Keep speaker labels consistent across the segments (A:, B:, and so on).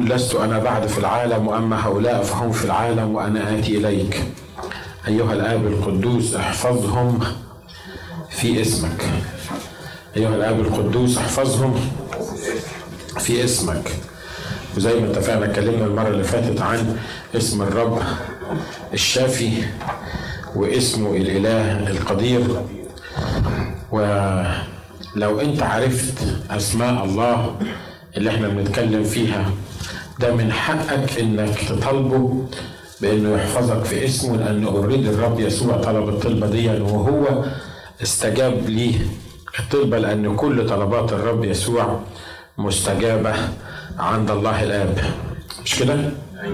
A: يقول لست أنا بعد في العالم وأما هؤلاء فهم في العالم وأنا آتي إليك. أيها الآب القدوس احفظهم في اسمك. أيها الآب القدوس احفظهم في اسمك. وزي ما اتفقنا اتكلمنا المرة اللي فاتت عن اسم الرب الشافي واسمه الإله القدير. ولو انت عرفت أسماء الله اللي احنا بنتكلم فيها ده من حقك انك تطلبه بانه يحفظك في اسمه، لان اوريدي الرب يسوع طلب الطلبة دي وهو استجاب ليه الطلبة، لان كل طلبات الرب يسوع مستجابة عند الله الآب. مش كده؟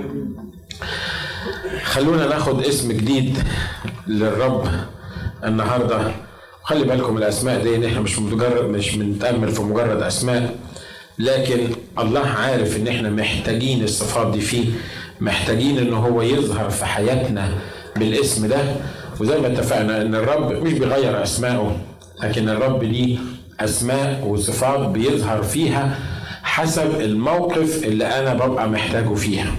A: خلونا ناخد اسم جديد للرب النهارده. خلي بالكم الاسماء دي احنا مش بنتامل في مجرد اسماء، لكن الله عارف ان احنا محتاجين الصفات دي فيه، محتاجين ان هو يظهر في حياتنا بالاسم ده. وزي ما اتفقنا ان الرب مش بيغير اسمائه، لكن الرب ليه اسماء وصفات بيظهر فيها حسب الموقف اللي انا ببقى محتاجه فيها.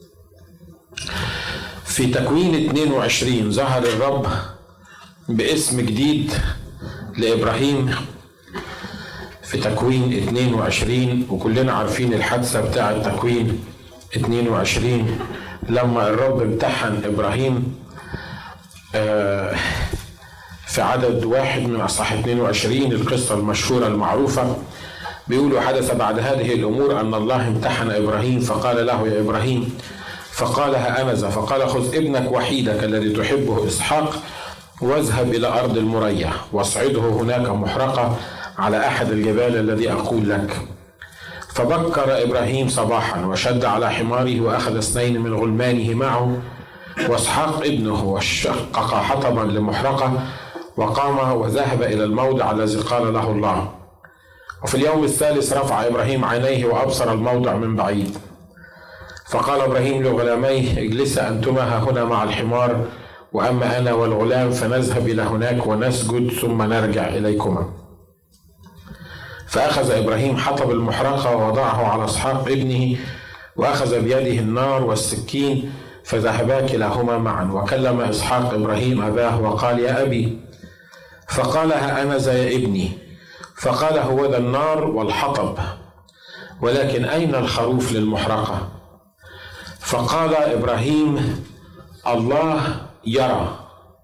A: في تكوين 22 ظهر الرب باسم جديد لإبراهيم في تكوين 22، وكلنا عارفين الحادثة بتاعة تكوين 22 لما الرب امتحن إبراهيم في عدد 1 من أصحاح 22. القصة المشهورة المعروفة بيقولوا: حدث بعد هذه الأمور أن الله امتحن إبراهيم فقال له: يا إبراهيم. فقال: ها أنا ذا. فقال: خذ ابنك وحيدك الذي تحبه إسحاق واذهب إلى أرض المريا واصعده هناك محرقة على أحد الجبال الذي أقول لك. فبكر إبراهيم صباحا وشد على حماره وأخذ 2 من غلمانه معه وإسحاق ابنه وشقق حطبا لمحرقة وقام وذهب إلى الموضع الذي قال له الله. وفي اليوم الثالث رفع إبراهيم عينيه وأبصر الموضع من بعيد. فقال إبراهيم لغلاميه: اجلسا أنتما هنا مع الحمار، وأما أنا والغلام فنذهب إلى هناك ونسجد ثم نرجع إليكما. فأخذ إبراهيم حطب المحرقة ووضعه على إسحاق ابنه، وأخذ بيده النار والسكين فذهبا كلاهما معا. وكلم إسحاق إبراهيم أباه وقال: يا أبي. فقال: ها أنا ذا يا ابني. فقال: هو ذا النار والحطب، ولكن أين الخروف للمحرقة؟ فقال إبراهيم: الله يرى،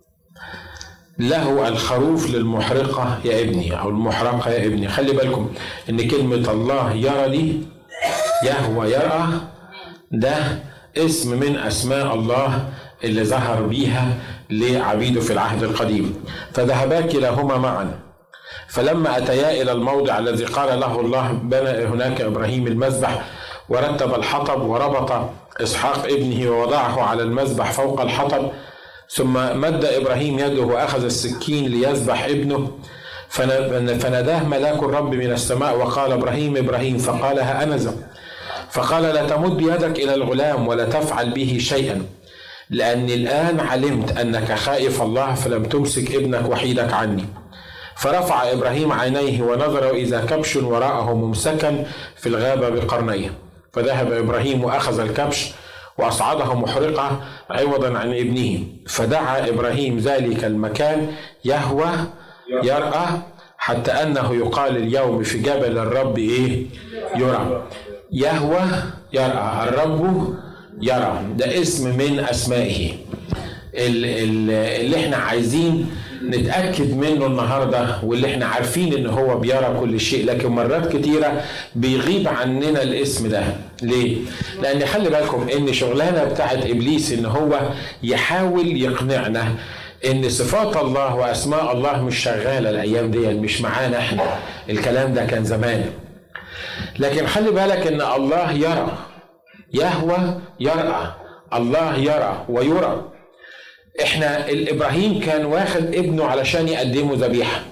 A: له الخروف للمحرقة يا ابني، أو المحرقة يا ابني. خلي بالكم إن كلمة الله يرى دي، يهوى يرى، ده اسم من أسماء الله اللي ظهر بيها لعبيده في العهد القديم. فذهبا كلاهما معا. فلما أتيا إلى الموضع الذي قال له الله بنى هناك إبراهيم المذبح ورتب الحطب وربط إسحاق ابنه ووضعه على المذبح فوق الحطب. ثم مد إبراهيم يده وأخذ السكين ليذبح ابنه. فناداه ملاك الرب من السماء وقال: إبراهيم إبراهيم. فقال: ها أنا ذا. فقال: لا تمد يدك إلى الغلام ولا تفعل به شيئا، لأني الآن علمت أنك خائف الله فلم تمسك ابنك وحيدك عني. فرفع إبراهيم عينيه ونظر إذا كبش وراءه ممسكا في الغابة بقرنيه. فذهب إبراهيم وأخذ الكبش وأصعده محرقة عوضا عن ابنه. فدعا إبراهيم ذلك المكان يهوى يرأى، حتى أنه يقال اليوم في جبل الرب يرى. يهوى يرأى، الرب يرى، ده اسم من أسمائه اللي احنا عايزين نتأكد منه النهاردة، واللي احنا عارفين ان هو بيرى كل شيء، لكن مرات كتيرة بيغيب عننا الاسم ده. ليه؟ لان خلي بالكم ان شغلانة بتاعت ابليس ان هو يحاول يقنعنا ان صفات الله واسماء الله مش شغالة الايام دي، مش معانا احنا، الكلام ده كان زمان. لكن خلي بالك ان الله يرى، يهوى يرى، الله يرى ويرى. احنا ابراهيم كان واخد ابنه علشان يقدمه ذبيحه،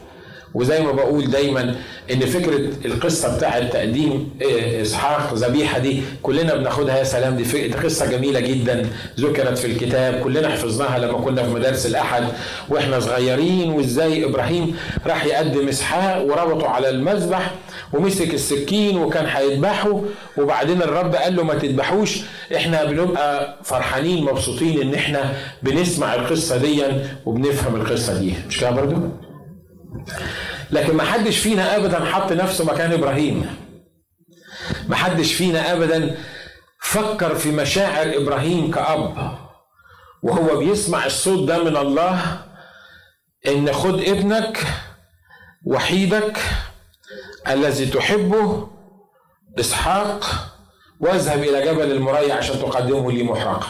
A: وزي ما بقول دايما ان فكرة القصة بتاعة تقديم اسحاق ذبيحة دي كلنا بناخدها يا سلام، دي قصة جميلة جدا ذكرت في الكتاب، كلنا حفظناها لما كنا في مدارس الأحد واحنا صغيرين، وازاي ابراهيم راح يقدم اسحاق وربطه على المذبح ومسك السكين وكان هيذبحه، وبعدين الرب قال له ما تذبحوش. احنا بنبقى فرحانين مبسوطين ان احنا بنسمع القصة دي وبنفهم القصة دي، مش كده برضو؟ لكن ما حدش فينا ابدا حط نفسه مكان ابراهيم، ما حدش فينا ابدا فكر في مشاعر ابراهيم كأب وهو بيسمع الصوت ده من الله، ان خد ابنك وحيدك الذي تحبه اسحاق واذهب الى جبل المريا عشان تقدمه لي محرقة.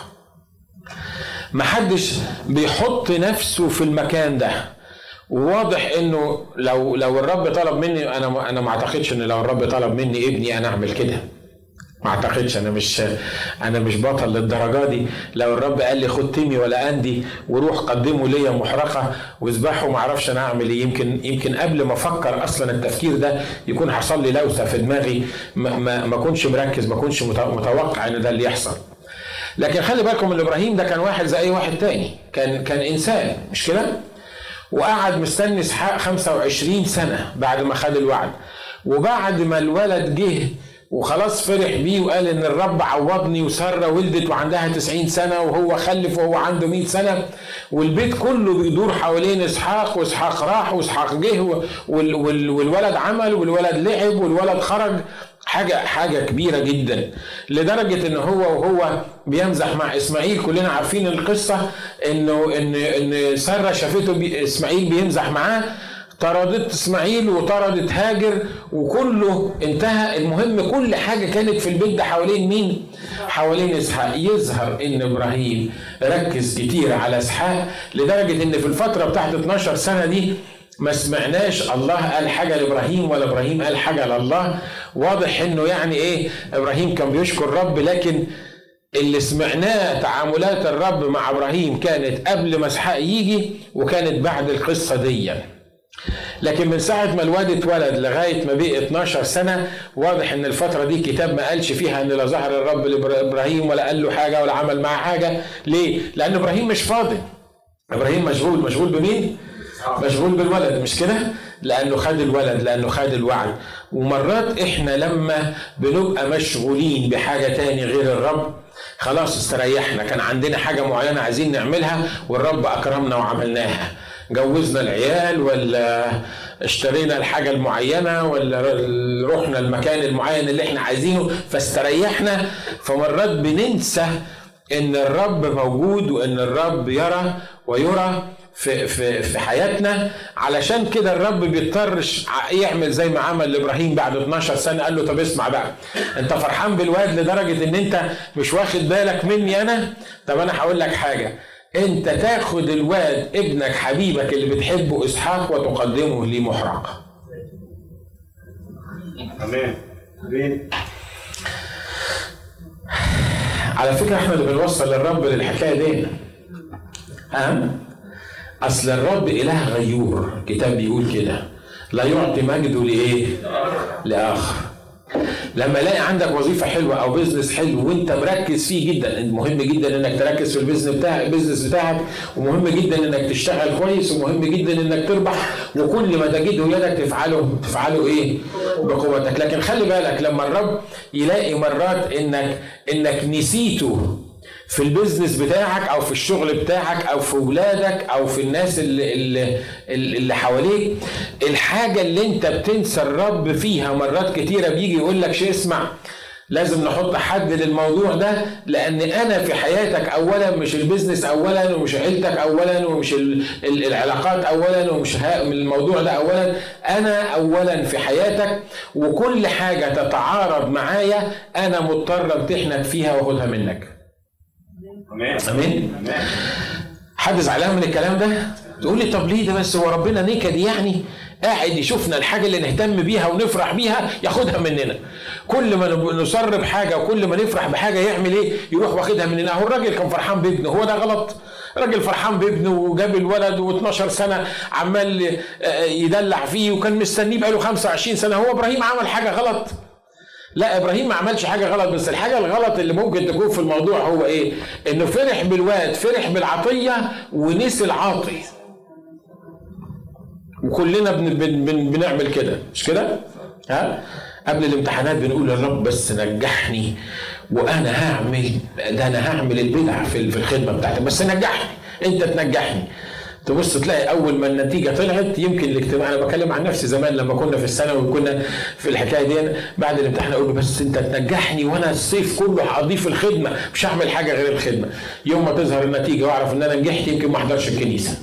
A: ما حدش بيحط نفسه في المكان ده. وواضح انه لو الرب طلب مني، انا ما اعتقدش ان لو الرب طلب مني ابني انا اعمل كده، ما اعتقدش، انا مش بطل للدرجه دي. لو الرب قال لي خد تيمي ولا اندي وروح قدمه ليا محرقه واذبحه، ما اعرفش انا اعمل ايه. يمكن قبل ما افكر اصلا التفكير ده يكون حصل لي لوثه في دماغي، ما كنتش مركز، ما كنتش متوقع ان ده اللي يحصل. لكن خلي بالكم ان ابراهيم ده كان واحد زي اي واحد تاني، كان انسان، مش كده؟ وقعد مستني اسحاق 25 سنة بعد ما خد الوعد، وبعد ما الولد جه وخلاص فرح بيه وقال ان الرب عوضني، وسارة ولدت وعندها 90 سنة وهو خلف وهو عنده 100 سنة، والبيت كله بيدور حوالين اسحاق، واسحاق راح واسحاق جه والولد عمل والولد لعب والولد خرج. حاجة كبيرة جدا، لدرجة ان وهو بيمزح مع اسماعيل، كلنا عارفين القصة ان سارة شافته اسماعيل بيمزح معاه، طردت اسماعيل وطردت هاجر وكله انتهى. المهم كل حاجة كانت في البيت ده حوالين مين؟ حوالين اسحاق. يظهر ان ابراهيم ركز كتير على اسحاق لدرجة ان في الفترة بتاعت 12 سنة دي ما سمعناش الله قال حاجة لإبراهيم ولا إبراهيم قال حاجة لله. واضح إنه يعني إيه، إبراهيم كان بيشكر الرب، لكن اللي سمعناه تعاملات الرب مع إبراهيم كانت قبل ما اسحاق يجي وكانت بعد القصة دي. لكن من ساعة ما الواد اتولد لغاية ما بقى 12 سنة واضح إن الفترة دي كتاب ما قالش فيها إن لا ظهر الرب لإبراهيم ولا قال له حاجة ولا عمل معاه حاجة. ليه؟ لأن إبراهيم مش فاضي، إبراهيم مشغول بمين؟ مشغول بالولد، مش كده؟ لأنه خد الولد، لأنه خد الوعد. ومرات إحنا لما بنبقى مشغولين بحاجة تاني غير الرب خلاص استريحنا، كان عندنا حاجة معينة عايزين نعملها والرب أكرمنا وعملناها، جوزنا العيال ولا اشترينا الحاجة المعينة ولا رحنا المكان المعين اللي احنا عايزينه فاستريحنا. فمرات بننسى ان الرب موجود وان الرب يرى ويرى في حياتنا. علشان كده الرب بيضطرش يعمل زي ما عمل لابراهيم بعد 12 سنة، قال له طب اسمع بقى، انت فرحان بالواد لدرجة ان انت مش واخد بالك مني انا؟ طب انا هقول لك حاجة، انت تاخد الواد ابنك حبيبك اللي بتحبه اسحاق وتقدمه لي محرقة.
B: امين امين.
A: على فكرة احنا اللي بنوصل للرب للحكاية دي. اصل الرب اله غيور، الكتاب بيقول كده لا يعطي مجده لايه؟ لاخر. لما الاقي عندك وظيفه حلوه او بيزنس حلو وانت مركز فيه جدا، مهم جدا انك تركز في البيزنس بتاعك، ومهم جدا انك تشتغل كويس، ومهم جدا انك تربح، وكل ما تجده يدك تفعله ايه؟ بقوتك. لكن خلي بالك لما الرب يلاقي مرات انك نسيته في البيزنس بتاعك او في الشغل بتاعك او في ولادك او في الناس اللي حواليك، الحاجة اللي انت بتنسى الرب فيها مرات كتيرة بيجي يقول لك شيء، اسمع لازم نحط حد للموضوع ده، لان انا في حياتك اولا، مش البيزنس اولا، ومش عيلتك اولا، ومش العلاقات اولا، ومش الموضوع ده اولا، انا اولا في حياتك، وكل حاجة تتعارض معايا انا مضطر امتحنك فيها واخدها منك. امين. حد زعلان من الكلام ده؟ تقول لي طب ليه ده بس، هو ربنا نكد يعني؟ قاعد يشوفنا الحاجة اللي نهتم بيها ونفرح بيها ياخدها مننا. كل ما نصر بحاجة وكل ما نفرح بحاجة يعمل ايه؟ يروح واخدها مننا. هو الراجل كان فرحان بابنه، هو ده غلط؟ راجل فرحان بابنه وجاب الولد و12 سنة عمال يدلع فيه وكان مستنيه بقاله 25 سنة. هو ابراهيم عمل حاجة غلط؟ لا، ابراهيم ما عملش حاجة غلط، بس الحاجة الغلط اللي ممكن تكون في الموضوع هو ايه؟ انه فرح بالواد، فرح بالعطية ونسي العاطي. وكلنا بنعمل كده، مش كده؟ ها؟ قبل الامتحانات بنقول يا رب بس نجحني وانا هعمل البدع في الخدمه بتاعتي، بس نجحني، انت تنجحني. تبص تلاقي اول ما النتيجه طلعت، يمكن الاجتماع، انا بكلم عن نفسي زمان لما كنا في الثانوي وكنا في الحكايه دي، بعد الامتحان اقول له بس انت تنجحني وانا الصيف كله هقضيه في الخدمه، مش هعمل حاجه غير الخدمه. يوم ما تظهر النتيجه واعرف ان انا نجحت يمكن ما احضرش الكنيسه.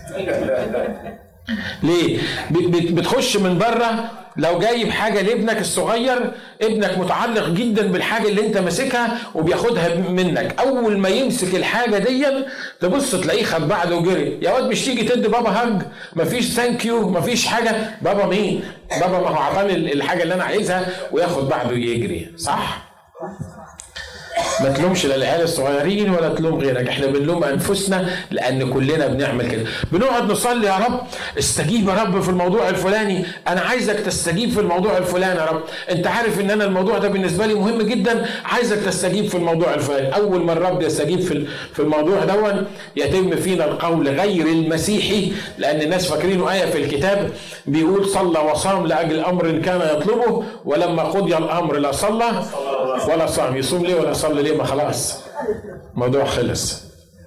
A: ليه؟ بتخش من بره. لو جايب حاجة لابنك الصغير، ابنك متعلق جدا بالحاجة اللي انت ماسكها وبياخدها منك. اول ما يمسك الحاجة دي تبص تلاقيه خد بعده وجري. يا واد مش تيجي تدي بابا هج؟ مفيش ثانك يو، مفيش حاجة. بابا مين؟ بابا ما هو عطاني الحاجة اللي انا عايزها وياخد بعده يجري. صح؟ ما تلومش لا العيال الصغيرين ولا تلوم غيرك، احنا بنلوم انفسنا لان كلنا بنعمل كده. بنقعد نصلي يا رب استجيب يا رب في الموضوع الفلاني، انا عايزك تستجيب في الموضوع الفلاني يا رب، انت عارف ان انا الموضوع ده بالنسبه لي مهم جدا، عايزك تستجيب في الموضوع الفلاني. اول ما الرب يستجيب في الموضوع ده يتم فينا القول غير المسيحي، لان الناس فاكرينه ايه في الكتاب بيقول صلى وصام لاجل امر كان يطلبه، ولما قضي الامر لا صلى ولا صام. يصوم ليه ولا يصلي ليه؟ ما خلاص الموضوع خلص.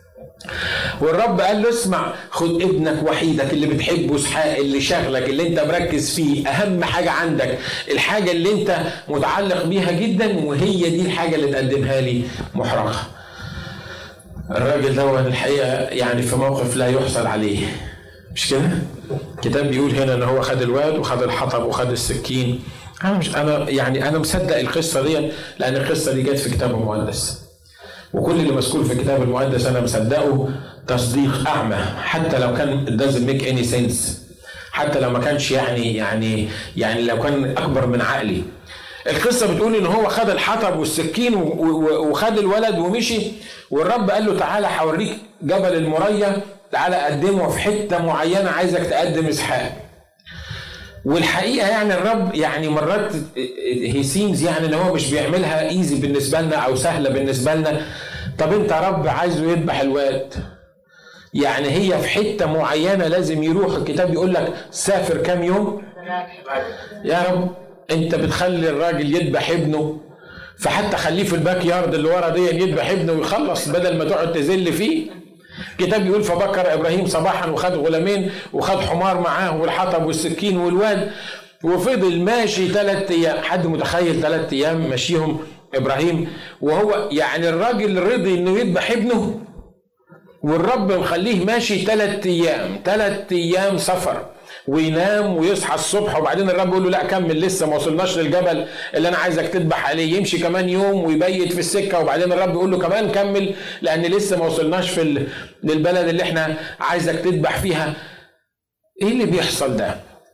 A: والرب قال له اسمع، خد ابنك وحيدك اللي بتحبه اسحاق، اللي شغلك، اللي انت مركز فيه، اهم حاجة عندك، الحاجة اللي انت متعلق بيها جدا، وهي دي الحاجة اللي تقدمها لي محرقة. الراجل ده الحقيقة يعني في موقف لا يحصل عليه، مش كده؟ الكتاب بيقول هنا ان هو خد الواد وخد الحطب وخد السكين. انا مصدق القصه دي، لان القصه دي جت في كتاب المقدس، وكل اللي مذكور في الكتاب المقدس انا مصدقه تصديق اعمى، حتى لو كان it doesn't make any sense، حتى لو ما كانش يعني لو كان اكبر من عقلي. القصه بتقول ان هو خد الحطب والسكين وخد الولد ومشي، والرب قال له تعالى هوريك جبل المريا، تعالى قدمه في حته معينه، عايزك تقدم اسحاق. والحقيقه يعني الرب يعني مرات هي سيمز يعني ان هو مش بيعملها ايزي بالنسبه لنا او سهله بالنسبه لنا. طب انت يا رب عايزه يذبح الواد، يعني هي في حته معينه لازم يروح. الكتاب يقول لك سافر كام يوم يا رب، انت بتخلي الراجل يذبح ابنه، فحتى خليه في الباك يارد اللي ورا دي يذبح ابنه ويخلص بدل ما تقعد تذل فيه. الكتاب يقول فبكر ابراهيم صباحا وخد غلامين وخد حمار معاه والحطب والسكين والواد، وفضل ماشي 3 ايام. حد متخيل 3 ايام ماشيهم ابراهيم وهو يعني الراجل رضي انه يذبح ابنه، والرب مخليه ماشي 3 ايام سفر، وينام ويصحى الصبح، وبعدين الرب يقول له لا كمل لسه ما وصلناش للجبل اللي انا عايزك تذبح عليه. يمشي كمان يوم ويبيت في السكه، وبعدين الرب يقول له كمان كمل لان لسه ما وصلناش للبلد اللي احنا عايزك تذبح فيها. ايه اللي بيحصل ده؟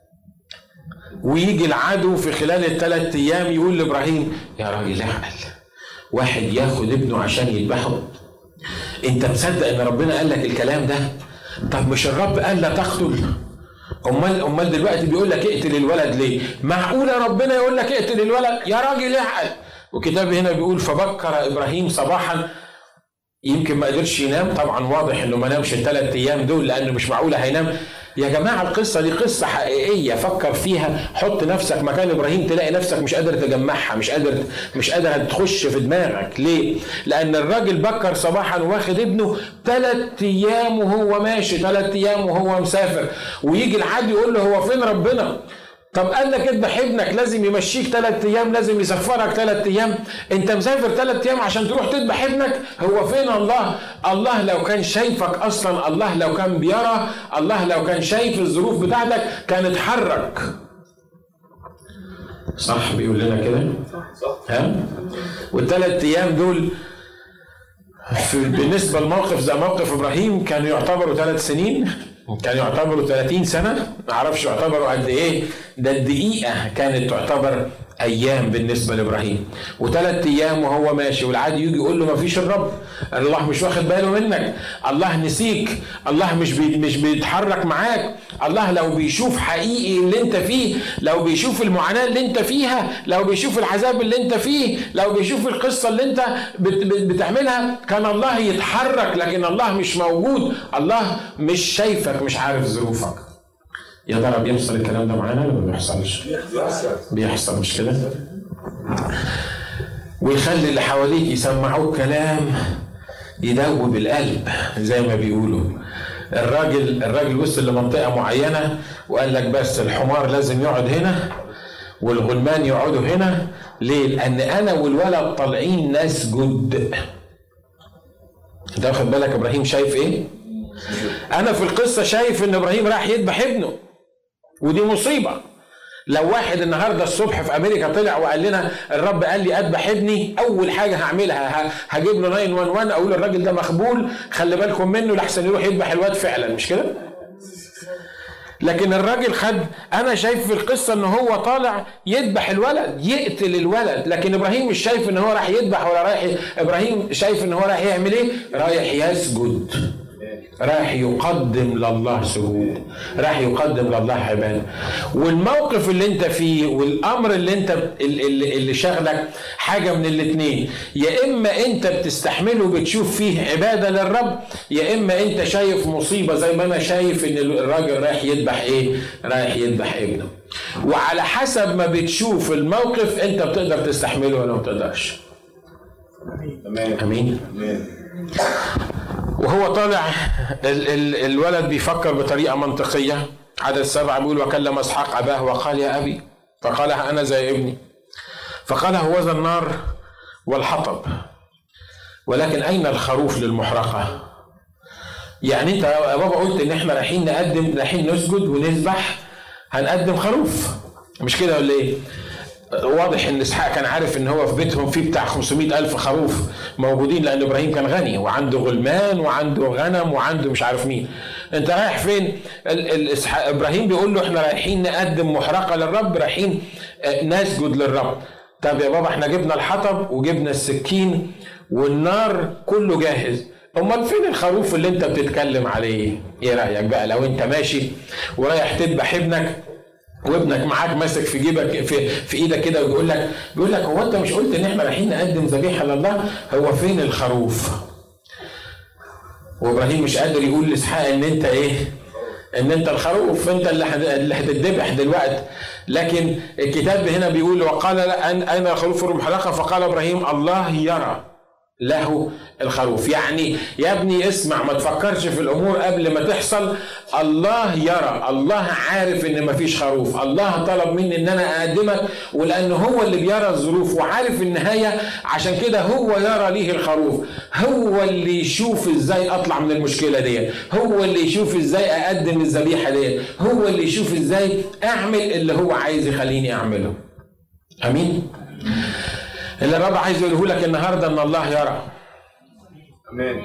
A: ويجي العدو في خلال ال3 ايام يقول لابراهيم يا راجل اعقل، واحد ياخد ابنه عشان يذبحه؟ انت مصدق ان ربنا قال لك الكلام ده؟ طب مش الرب قال لا تقتل؟ امال دلوقتي بيقول لك اقتل الولد ليه؟ معقوله ربنا يقول لك اقتل الولد؟ يا راجل اعقل. والكتاب هنا بيقول فبكر ابراهيم صباحا، يمكن ما قدرش ينام، طبعا واضح انه ما نامش ال3 ايام دول لانه مش معقوله هينام. يا جماعه القصه دي قصه حقيقيه، فكر فيها، حط نفسك مكان ابراهيم تلاقي نفسك مش قادر تجمعها، مش قادر تخش في دماغك. ليه؟ لان الراجل بكر صباحا واخد ابنه 3 ايام وهو ماشي، 3 ايام وهو مسافر، ويجي العدو يقول له هو فين ربنا؟ طب قال لك اذبح ابنك لازم يمشيك 3 ايام، لازم يسفرك 3 ايام، انت مسافر 3 ايام عشان تروح تذبح ابنك؟ هو فين الله؟ الله لو كان شايفك اصلا، الله لو كان بيرى، الله لو كان شايف الظروف بتاعتك كان اتحرك. صح بيقول لنا كده؟ ها؟ وال3 ايام دول بالنسبه لموقف زي موقف ابراهيم كانوا يعتبروا 3 سنين. كان يعتبروا 30 سنة، معرفش يعتبروا قد ايه، ده الدقيقة كانت تعتبر ايام بالنسبة لابراهيم. و3 ايام وهو ماشي، والعادي يجي يقول له ما فيش الرب، الله مش واخد باله منك، الله نسيك، الله مش بيتحرك معاك، الله لو بيشوف حقيقي اللي انت فيه، لو بيشوف المعاناة اللي انت فيها، لو بيشوف العذاب اللي انت فيه، لو بيشوف القصة اللي انت بتعملها، كان الله يتحرك. لكن الله مش موجود، الله مش شايفك، مش عارف ظروفك. يا ترى بيحصل الكلام ده معانا ولا ما بيحصلش؟ بيحصل، مش كده؟ ويخلي اللي حواليك يسمعوك كلام يدوب القلب زي ما بيقولوا. الراجل وصل لمنطقة معينة وقال لك بس الحمار لازم يقعد هنا والغلمان يقعدوا هنا. ليه؟ لأن أنا والولد طالعين نسجد. أنت واخد بالك إبراهيم شايف إيه؟ أنا في القصة شايف إن إبراهيم راح يذبح ابنه، ودي مصيبة. لو واحد النهارده الصبح في امريكا طلع وقال لنا الرب قال لي اذبح ابني، اول حاجه هعملها هجيب له 911 اقول الراجل ده مخبول، خلي بالكم منه لحسن يروح يذبح الواد فعلا، مش كده؟ لكن الراجل انا شايف في القصه ان هو طالع يذبح الولد، يقتل الولد. لكن ابراهيم مش شايف ان هو راح يذبح ولا رايح، ابراهيم شايف ان هو رايح يعمل ايه؟ رايح يسجد، راح يقدم لله سجود، راح يقدم لله عباده. والموقف اللي انت فيه والامر اللي انت اللي شغلك حاجه من الاثنين، يا اما انت بتستحمله بتشوف فيه عباده للرب، يا اما انت شايف مصيبه زي ما انا شايف ان الراجل رايح يذبح ايه؟ رايح يذبح ابنه. وعلى حسب ما بتشوف الموقف انت بتقدر تستحمله ولا ما بتقدرش. امين. وهو طالع الولد بيفكر بطريقة منطقية. عدد 7 بيقول وكلم اسحاق أباه وقال يا أبي، فقال أنا زي ابني، فقال هوذا النار والحطب ولكن أين الخروف للمحرقة؟ يعني أنت يا بابا قلت إن إحنا رايحين نسجد ونذبح، هنقدم خروف، مش كده ولا إيه؟ واضح ان اسحاق كان عارف ان هو في بيتهم في بتاع 500,000 خروف موجودين، لان ابراهيم كان غني وعنده غلمان وعنده غنم وعنده مش عارف مين. انت رايح فين؟ ابراهيم بيقول له احنا رايحين نقدم محرقه للرب، رايحين نسجد للرب. طب يا بابا احنا جبنا الحطب وجبنا السكين والنار كله جاهز، امال فين الخروف اللي انت بتتكلم عليه؟ ايه رايك بقى لو انت ماشي ورايح تذبح ابنك وابنك معاك ماسك في جيبك في ايدك كده ويقول لك هو انت مش قلت ان احنا رايحين نقدم ذبيحه لله؟ هو فين الخروف؟ وابراهيم مش قادر يقول لاسحاق ان انت ايه؟ ان انت الخروف، انت اللي هتذبح دلوقتي. لكن الكتاب هنا بيقول وقال اين الخروف المحرقه؟ فقال ابراهيم الله يرى له الخروف. يعني يا ابني اسمع، ما تفكرش في الامور قبل ما تحصل. الله يرى، الله عارف ان ما فيش خروف، الله طلب مني ان انا اقدمك، ولانه هو اللي بيرى الظروف وعارف النهايه، عشان كده هو يرى ليه الخروف، هو اللي يشوف ازاي اطلع من المشكله دي، هو اللي يشوف ازاي اقدم الذبيحه دي، هو اللي يشوف ازاي اعمل اللي هو عايز يخليني اعمله. امين. اللي الرب عايز يقوله لك النهارده ان الله يرى.
B: امين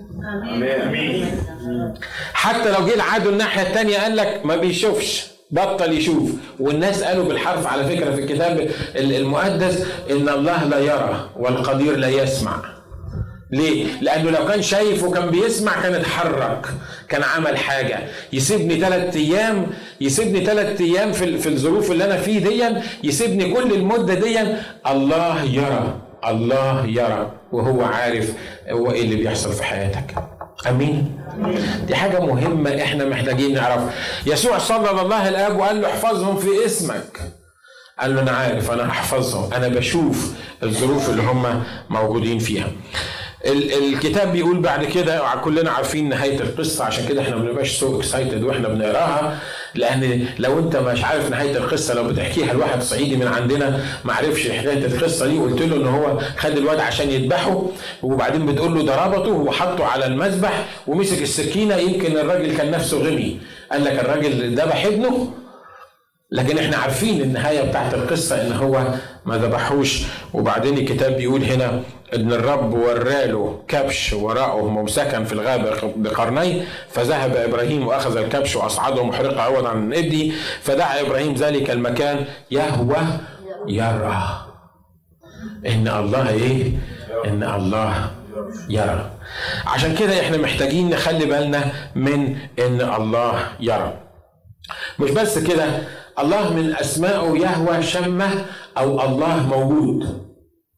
B: امين.
A: حتى لو جه العدو الناحيه الثانيه قال لك ما بيشوفش، بطل يشوف. والناس قالوا بالحرف على فكره في الكتاب المقدس ان الله لا يرى والقدير لا يسمع. ليه؟ لانه لو كان شايف وكان بيسمع كان اتحرك، كان عمل حاجه. يسيبني 3 ايام، يسيبني 3 ايام في الظروف اللي انا فيه دي، يسيبني كل المده دي. الله يرى، الله يرى وهو عارف هو ايه اللي بيحصل في حياتك. امين. دي حاجه مهمه احنا محتاجين نعرفها. يسوع صلى لله الاب وقال له احفظهم في اسمك. قال له انا عارف، انا هحفظهم، انا بشوف الظروف اللي هم موجودين فيها. الكتاب بيقول بعد كده، كلنا عارفين نهايه القصه، عشان كده احنا ما بنبقاش سو اكسايتد واحنا بنقراها، لان لو انت مش عارف نهايه القصه، لو بتحكيها لواحد صعيدي من عندنا ما عرفش حكايه القصه دي، وقلت له ان هو خد الواد عشان يذبحه، وبعدين بتقول له ده ربطه وحطه على المذبح ومسك السكينه، يمكن الراجل كان نفسه غبي، قال لك الراجل ذبح ابنه. لكن احنا عارفين النهاية بتاعت القصة ان هو ما ذبحوش. وبعدين الكتاب بيقول هنا ان الرب وراله كبش وراءه ممسكا في الغابة بقرنيه، فذهب ابراهيم واخذ الكبش واصعده محرقة عوضا عن ابنه، فدعا ابراهيم ذلك المكان يهوه يرى. ان الله ايه؟ ان الله يرى. عشان كده احنا محتاجين نخلي بالنا من ان الله يرى. مش بس كده، الله من اسمائه يهوه شمه او الله موجود.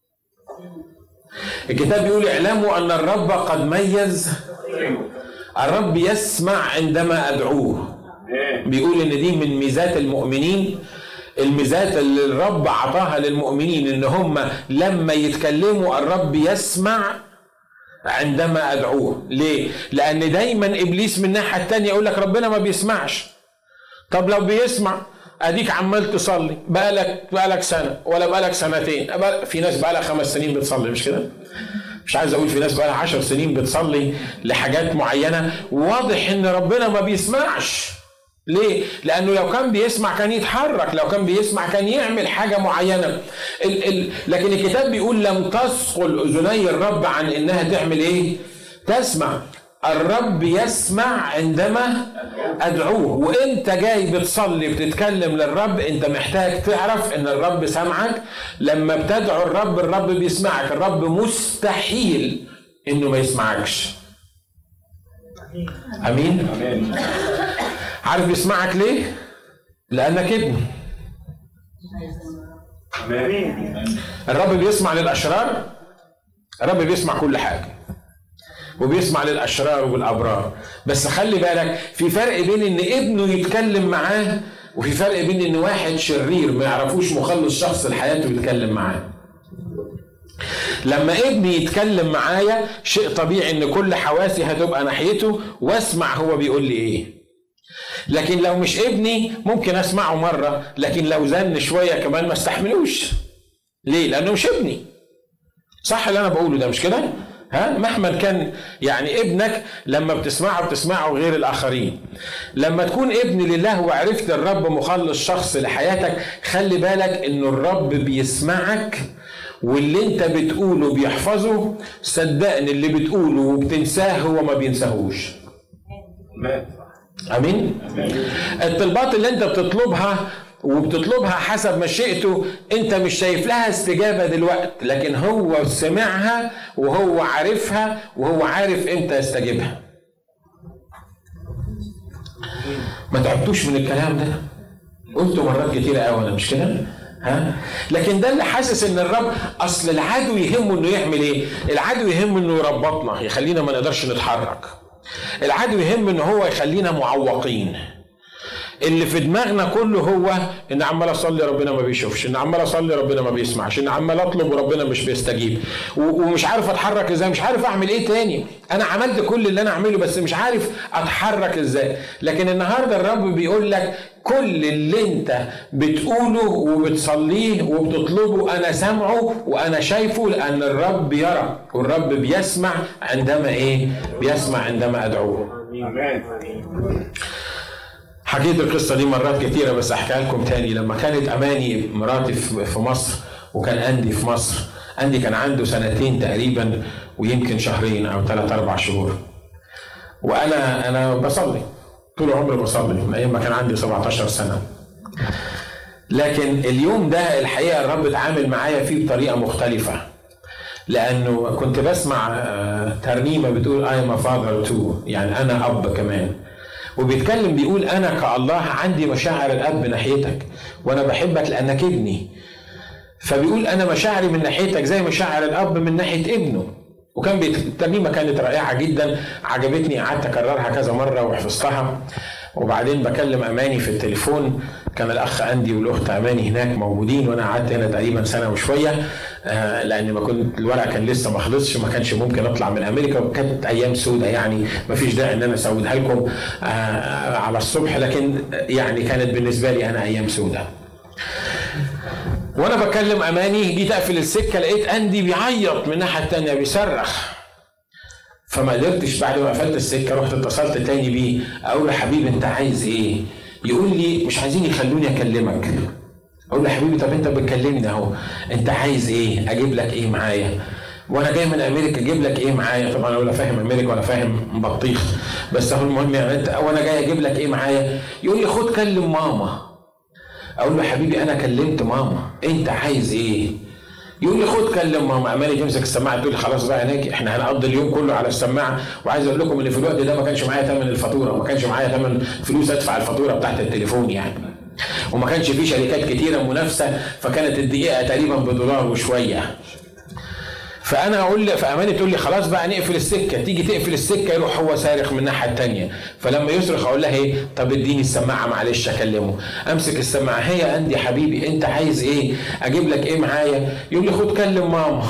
A: الكتاب بيقول اعلموا ان الرب قد ميز، الرب يسمع عندما ادعوه. بيقول ان دي من ميزات المؤمنين، الميزات اللي الرب عطاها للمؤمنين، ان هم لما يتكلموا الرب يسمع عندما ادعوه. ليه؟ لان دايما ابليس من الناحيه الثانيه يقول لك ربنا ما بيسمعش. طب لو بيسمع اديك عمال تصلي بقالك سنه ولا بقالك سنتين، في ناس بقالها 5 سنين بتصلي، مش كده؟ مش عايز اقول في ناس بقالها 10 سنين بتصلي لحاجات معينه، واضح ان ربنا ما بيسمعش. ليه؟ لانه لو كان بيسمع كان يتحرك، لو كان بيسمع كان يعمل حاجه معينه. لكن الكتاب بيقول لم تثقل اذني الرب عن انها تعمل ايه؟ تسمع. الرب يسمع عندما ادعوه. وانت جاي بتصلي بتتكلم للرب، انت محتاج تعرف ان الرب سمعك. لما بتدعو الرب بيسمعك. الرب مستحيل انه ما يسمعكش. امين. عارف بيسمعك ليه؟ لانك ابن. الرب بيسمع للاشرار، الرب بيسمع كل حاجه، وبيسمع للاشرار والابرار. بس خلي بالك في فرق بين ان ابنه يتكلم معاه، وفي فرق بين ان واحد شرير ما يعرفوش مخلص شخص لحياته يتكلم معاه. لما ابني يتكلم معايا شيء طبيعي ان كل حواسي هتبقى ناحيته واسمع هو بيقول لي ايه. لكن لو مش ابني ممكن اسمعه مرة، لكن لو زن شوية كمان ما استحملوش. ليه؟ لانه مش ابني. صح اللي انا بقوله ده مش كده؟ مهما كان يعني ابنك لما بتسمعه غير الاخرين. لما تكون ابن لله وعرفت الرب مخلص شخص لحياتك، خلي بالك انه الرب بيسمعك، واللي انت بتقوله بيحفظه. صدقني اللي بتقوله وبتنساه هو ما بينساهوش. امين. الطلبات اللي انت بتطلبها حسب مشيئته، انت مش شايف لها استجابة دلوقتي، لكن هو سمعها وهو عارفها وهو عارف امتى يستجيبها. ما تعبتوش من الكلام ده؟ قلته مرات كتيرة قوي انا، مش كده؟ لكن ده اللي حاسس ان الرب، اصل العدو يهمه انه يعمل ايه؟ العدو يهمه انه يربطنا، يخلينا ما نقدرش نتحرك. العدو يهم ان هو يخلينا معوقين. اللي في دماغنا كله هو ان عمال اصلي ربنا ما بيشوفش، ان عمال اصلي ربنا ما بيسمعش، ان عمال اطلب وربنا مش بيستجيب، ومش عارف اتحرك ازاي، مش عارف اعمل ايه تاني. انا عملت كل اللي انا اعمله بس مش عارف اتحرك ازاي. لكن النهارده الرب بيقول لك كل اللي انت بتقوله وبتصليه وبتطلبه انا سامعه وانا شايفه، لان الرب يرى والرب بيسمع عندما ايه؟ بيسمع عندما ادعوه. حكيت القصة دي مرات كتيرة بس احكيها لكم تاني. لما كانت اماني مراتي في مصر وكان اندي في مصر، اندي كان عنده 2 تقريبا ويمكن 2 أو 3 4 شهور، وانا بصلي طول عمري، بصلي من ايام ما كان عندي 17 سنة. لكن اليوم ده الحقيقة الرب اتعامل معايا فيه بطريقة مختلفة، لانه كنت بسمع ترنيمة بتقول I am a father too، يعني انا اب كمان. وبيتكلم بيقول أنا كالله عندي مشاعر الأب ناحيتك، وأنا بحبك لأنك ابني. فبيقول أنا مشاعري من ناحيتك زي مشاعر الأب من ناحية ابنه. وكان الترنيمة كانت رائعة جدا، عجبتني، قعدت أكررها كذا مرة وحفظتها. وبعدين بكلم أماني في التليفون، كان الأخ أندي والأخت أماني هناك موجودين، وأنا قعدت هنا تقريبا 1 سنة وشوية، لأن ما كنت الورق كان لسه ما خلصش، ما كانش ممكن أطلع من أمريكا، وكانت أيام سودة يعني ما فيش داعي إن أنا أسودها لكم على الصبح، لكن يعني كانت بالنسبة لي أنا أيام سودة. وأنا بكلم أماني جيت أقفل السكة لقيت أندي بيعيط من الناحية التانية بيصرخ، فما قدرتش بعد ما قفلت السكة رحت اتصلت تاني بيه اقول له حبيبي انت عايز ايه؟ يقول لي مش عايزين يخلوني اكلمك. اقول له حبيبي طب انت بتكلمني اهو، انت عايز ايه؟ اجيب لك ايه معايا؟ وانا جاي من امريكا اجيب لك ايه معايا؟ طبعا ولا فاهم امريكا ولا فاهم بطيخ، بس هو المهم يعني انت وانا جاي اجيب لك ايه معايا؟ يقول لي خد كلم ماما. اقول له حبيبي انا كلمت ماما، انت عايز ايه؟ يقول لي خد كلم ماما. امالي تمسك السماعه تقول لي خلاص بقى هناك احنا هنقضي اليوم كله على السماعه. وعايز اقول لكم ان في الوقت ده ما كانش معايا ثمن الفاتوره، وما كانش معايا ثمن فلوس ادفع الفاتوره بتاعت التليفون يعني، وما كانش في شركات كتيره منافسه، فكانت الدقيقه تقريبا $1 وشويه. فانا اقول لي فاماني تقول لي خلاص بقى نقفل السكه، تيجي تقفل السكه يروح هو صارخ من الناحيه الثانيه. فلما يصرخ اقول لها ايه؟ طب اديني السماعه معلش اكلمه. امسك السماعه، هي عندي حبيبي انت عايز ايه؟ اجيب لك ايه معايا؟ يقول لي خد كلم ماما.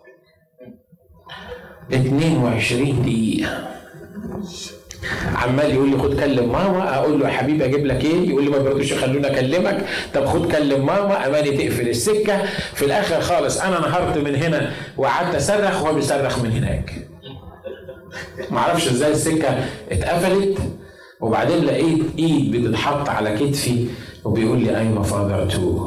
A: 22 دقيقه عمال يقول لي خد كلم ماما. اقول له يا حبيبي اجيب لك ايه؟ يقول لي ما بيردوش يخلوني اكلمك. طب خد كلم ماما. اماني تقفل السكه. في الاخر خالص انا نهرت من هنا وقعدت اصرخ وهو بيصرخ من هناك. ما اعرفش ازاي السكه اتقفلت، وبعدين لقيت ايد بتتحط على كتفي وبيقول لي ايوه فاذر تو.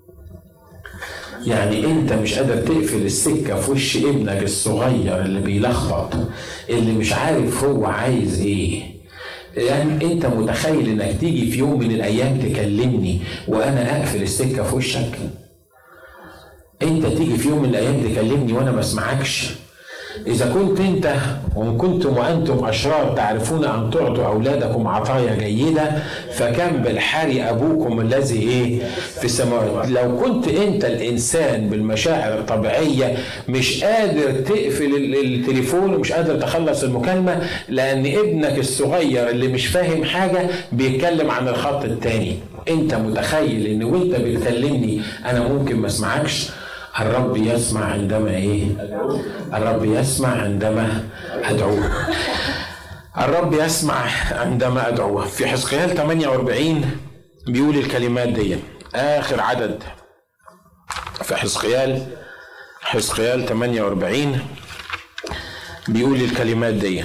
A: يعني انت مش قادر تقفل السكه في وش ابنك الصغير اللي بيلخبط، اللي مش عارف هو عايز ايه. يعني انت متخيل انك تيجي في يوم من الايام تكلمني وانا اقفل السكه في وشك؟ انت تيجي في يوم من الايام تكلمني وانا ما اسمعكش؟ إذا كنت أنت وإن كنتم وأنتم أشرار تعرفون أن تعطوا أولادكم عطايا جيدة، فكم بالحري أبوكم الذي إيه في السماوات. لو كنت أنت الإنسان بالمشاعر الطبيعية مش قادر تقفل التليفون ومش قادر تخلص المكالمة لأن ابنك الصغير اللي مش فاهم حاجة بيتكلم عن الخط التاني، أنت متخيل إن وأنت بتكلمني أنا ممكن ما اسمعكش؟ الرب يسمع عندما ايه؟ الرب يسمع عندما ادعوه. الرب يسمع عندما ادعوه. في حزقيال 48 بيقول الكلمات دي، اخر عدد في حزقيال 48 بيقول الكلمات دي.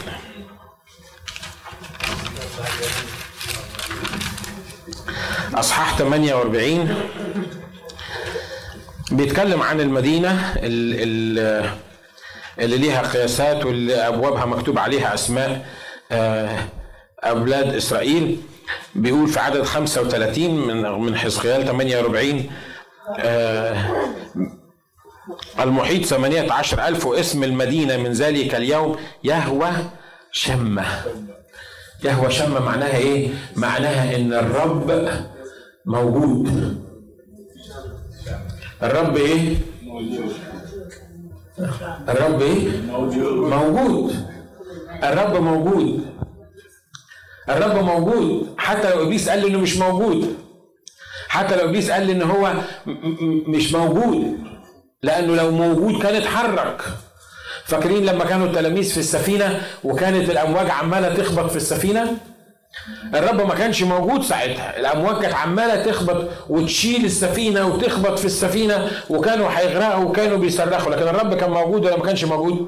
A: اصحاح 48 بيتكلم عن المدينة اللي ليها قياسات واللي أبوابها مكتوب عليها أسماء أولاد إسرائيل. بيقول في عدد 35 من حزقيال 48 المحيط 18,000 واسم المدينة من ذلك اليوم يهوى شمة. يهوى شمة معناها إيه؟ معناها إن الرب موجود. الرب ايه؟ الرب ايه؟ موجود. الرب موجود. الرب موجود. حتى لو ابليس قال لي انه مش موجود، حتى لو ابليس قال لي ان هو مش موجود، لانه لو موجود كان اتحرك. فاكرين لما كانوا التلاميذ في السفينه وكانت الامواج عماله تخبط في السفينه؟ الرب ما كانش موجود ساعتها، الامواج كانت عماله تخبط وتشيل السفينه وتخبط في السفينه وكانوا هيغرقوا وكانوا بيصرخوا، لكن الرب كان موجود ولا ما كانش موجود؟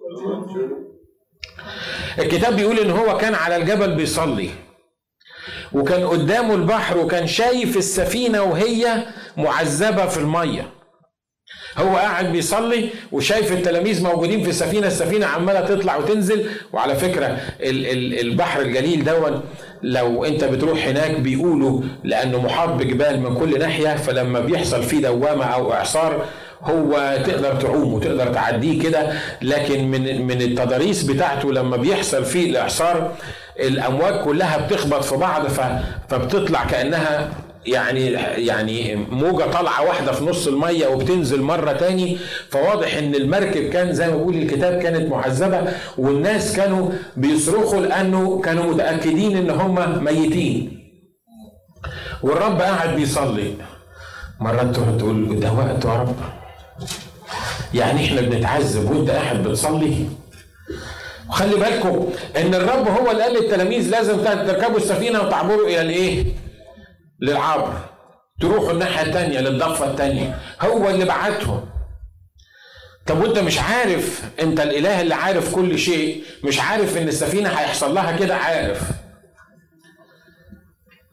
A: الكتاب بيقول ان هو كان على الجبل بيصلي وكان قدامه البحر وكان شايف السفينه وهي معذبه في الميه. هو قاعد بيصلي وشايف التلاميذ موجودين في السفينة عمالة تطلع وتنزل. وعلى فكرة البحر الجليل دون لو انت بتروح هناك بيقولوا لأنه محاط بجبال من كل ناحية، فلما بيحصل فيه دوامة أو إعصار هو تقدر تعوم وتقدر تعديه كده، لكن من التضاريس بتاعته لما بيحصل فيه الإعصار الأمواج كلها بتخبط في بعض فبتطلع كأنها يعني موجة طالعة واحدة في نص المية وبتنزل مرة تاني. فواضح ان المركب كان زي ما بيقول الكتاب كانت معذبة، والناس كانوا بيصرخوا لانه كانوا متأكدين ان هم ميتين، والرب قاعد بيصلي. مرات تروح تقول ده وقت يا رب، يعني احنا بنتعذب وانت قاعد بتصلي؟ وخلي بالكم ان الرب هو اللي قال للتلاميذ لازم تركبوا السفينة وتعبروا الى الايه؟ للعبر، تروحوا الناحية التانية للضفة التانية، هو اللي بعتهم. طب وانت مش عارف؟ انت الاله اللي عارف كل شيء مش عارف ان السفينة هيحصل لها كده؟ عارف.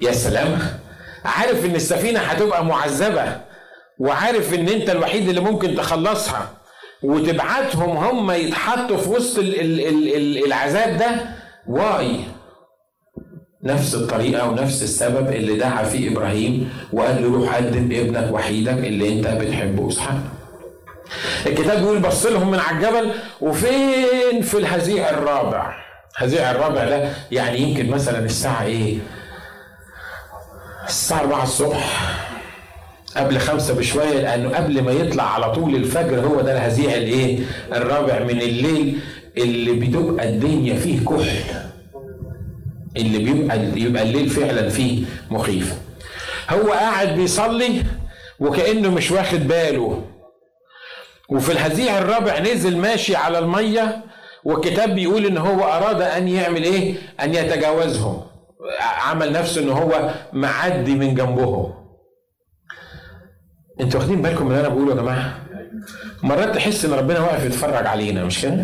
A: يا سلام، عارف ان السفينة هتبقى معذبة، وعارف ان انت الوحيد اللي ممكن تخلصها، وتبعتهم هم يتحطوا في وسط العذاب ده. واي نفس الطريقة ونفس السبب اللي دعا فيه إبراهيم وقال له روح قدم ابنك وحيدك اللي انت بتحبه اسحاق. الكتاب بيقول بص لهم من على الجبل، وفين في الهزيع الرابع. الهزيع الرابع ده يعني يمكن مثلا الساعة ايه، الساعة 4 الصبح، قبل 5 بشوية، لأنه قبل ما يطلع على طول الفجر. هو ده الهزيع الايه الرابع من الليل، اللي بتبقى الدنيا فيه كحل، اللي بيبقى الليل فعلا فيه مخيف. هو قاعد بيصلي وكأنه مش واخد باله، وفي الهزيع الرابع نزل ماشي على المية، والكتاب بيقول ان هو اراد ان يعمل ايه، ان يتجاوزهم. عمل نفسه ان هو معدي من جنبهم. انتوا واخدين بالكم من اللي انا بقوله يا جماعه؟ مرات تحس ان ربنا واقف يتفرج علينا، مش كده؟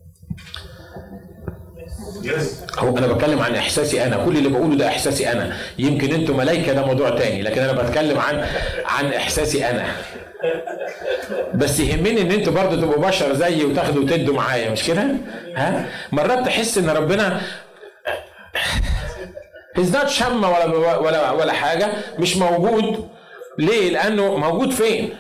A: هو انا بتكلم عن احساسي انا، كل اللي بقوله ده احساسي انا. يمكن انتوا ملايكه ده موضوع تاني، لكن انا بتكلم عن احساسي انا. بس يهمني ان انتوا برضه تبقوا بشر زيي وتاخدوا وتدوا معايا، مش كده؟ ها؟ مرات تحس ان ربنا ازداد شمه ولا حاجه، مش موجود. ليه؟ لانه موجود فين؟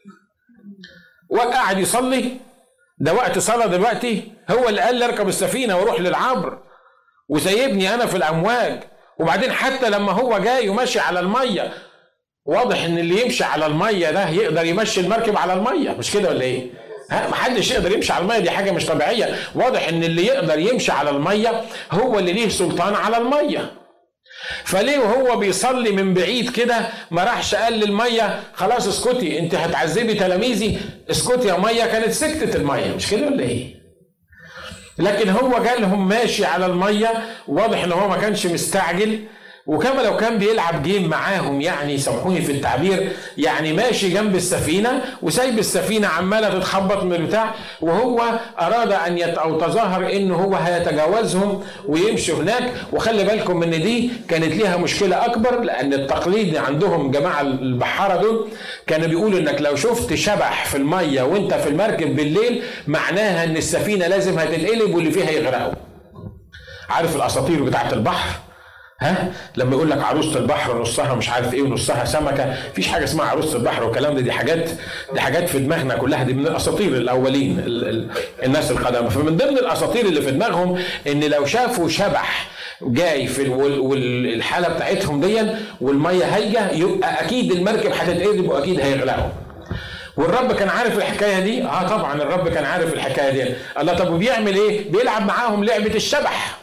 A: وقاعد يصلي، ده وقت صلاه دلوقتي. هو اللي قال لي اركب السفينه واروح للعبر وسيبني انا في الامواج. وبعدين حتى لما هو جاي وماشي على الميه، واضح ان اللي يمشي على الميه ده يقدر يمشي المركب على الميه، مش كده ولا ايه؟ ها، محدش يقدر يمشي على الميه، دي حاجه مش طبيعيه. واضح ان اللي يقدر يمشي على الميه هو اللي ليه سلطان على الميه. فليه وهو بيصلي من بعيد كده ما راحش قال للميه خلاص اسكتي، انت هتعذبي تلاميذي، اسكتي يا ميه، كانت سكتت الميه، مش كده ولا ايه؟ لكن هو جالهم ماشي على الميه، واضح ان هو ما كانش مستعجل، وكما لو كان بيلعب جيم معاهم، يعني سامحوني في التعبير، يعني ماشي جنب السفينه وسايب السفينه عماله تتخبط من البتاع، وهو اراد ان او تظاهر انه هو هيتجاوزهم ويمشي هناك. وخلي بالكم ان دي كانت ليها مشكله اكبر، لان التقليد عندهم جماعه البحاره دول كانوا بيقولوا انك لو شفت شبح في الميه وانت في المركب بالليل، معناها ان السفينه لازم هتتقلب واللي فيها يغرقوا. عارف الاساطير بتاعت البحر؟ ها، لما يقول لك عروسه البحر نصها مش عارف ايه ونصها سمكه، مفيش حاجه اسمها عروسه البحر والكلام ده، دي حاجات في دماغنا كلها، دي من الاساطير الاولين الناس القدامى. فمن ضمن الاساطير اللي في دماغهم ان لو شافوا شبح جاي في والحاله بتاعتهم دي والميه هايجه، يبقى اكيد المركب هتتقلب واكيد هيغرقوا. والرب كان عارف الحكايه دي. طبعا الرب كان عارف الحكايه دي. الله، طب وبيعمل ايه؟ بيلعب معاهم لعبه الشبح.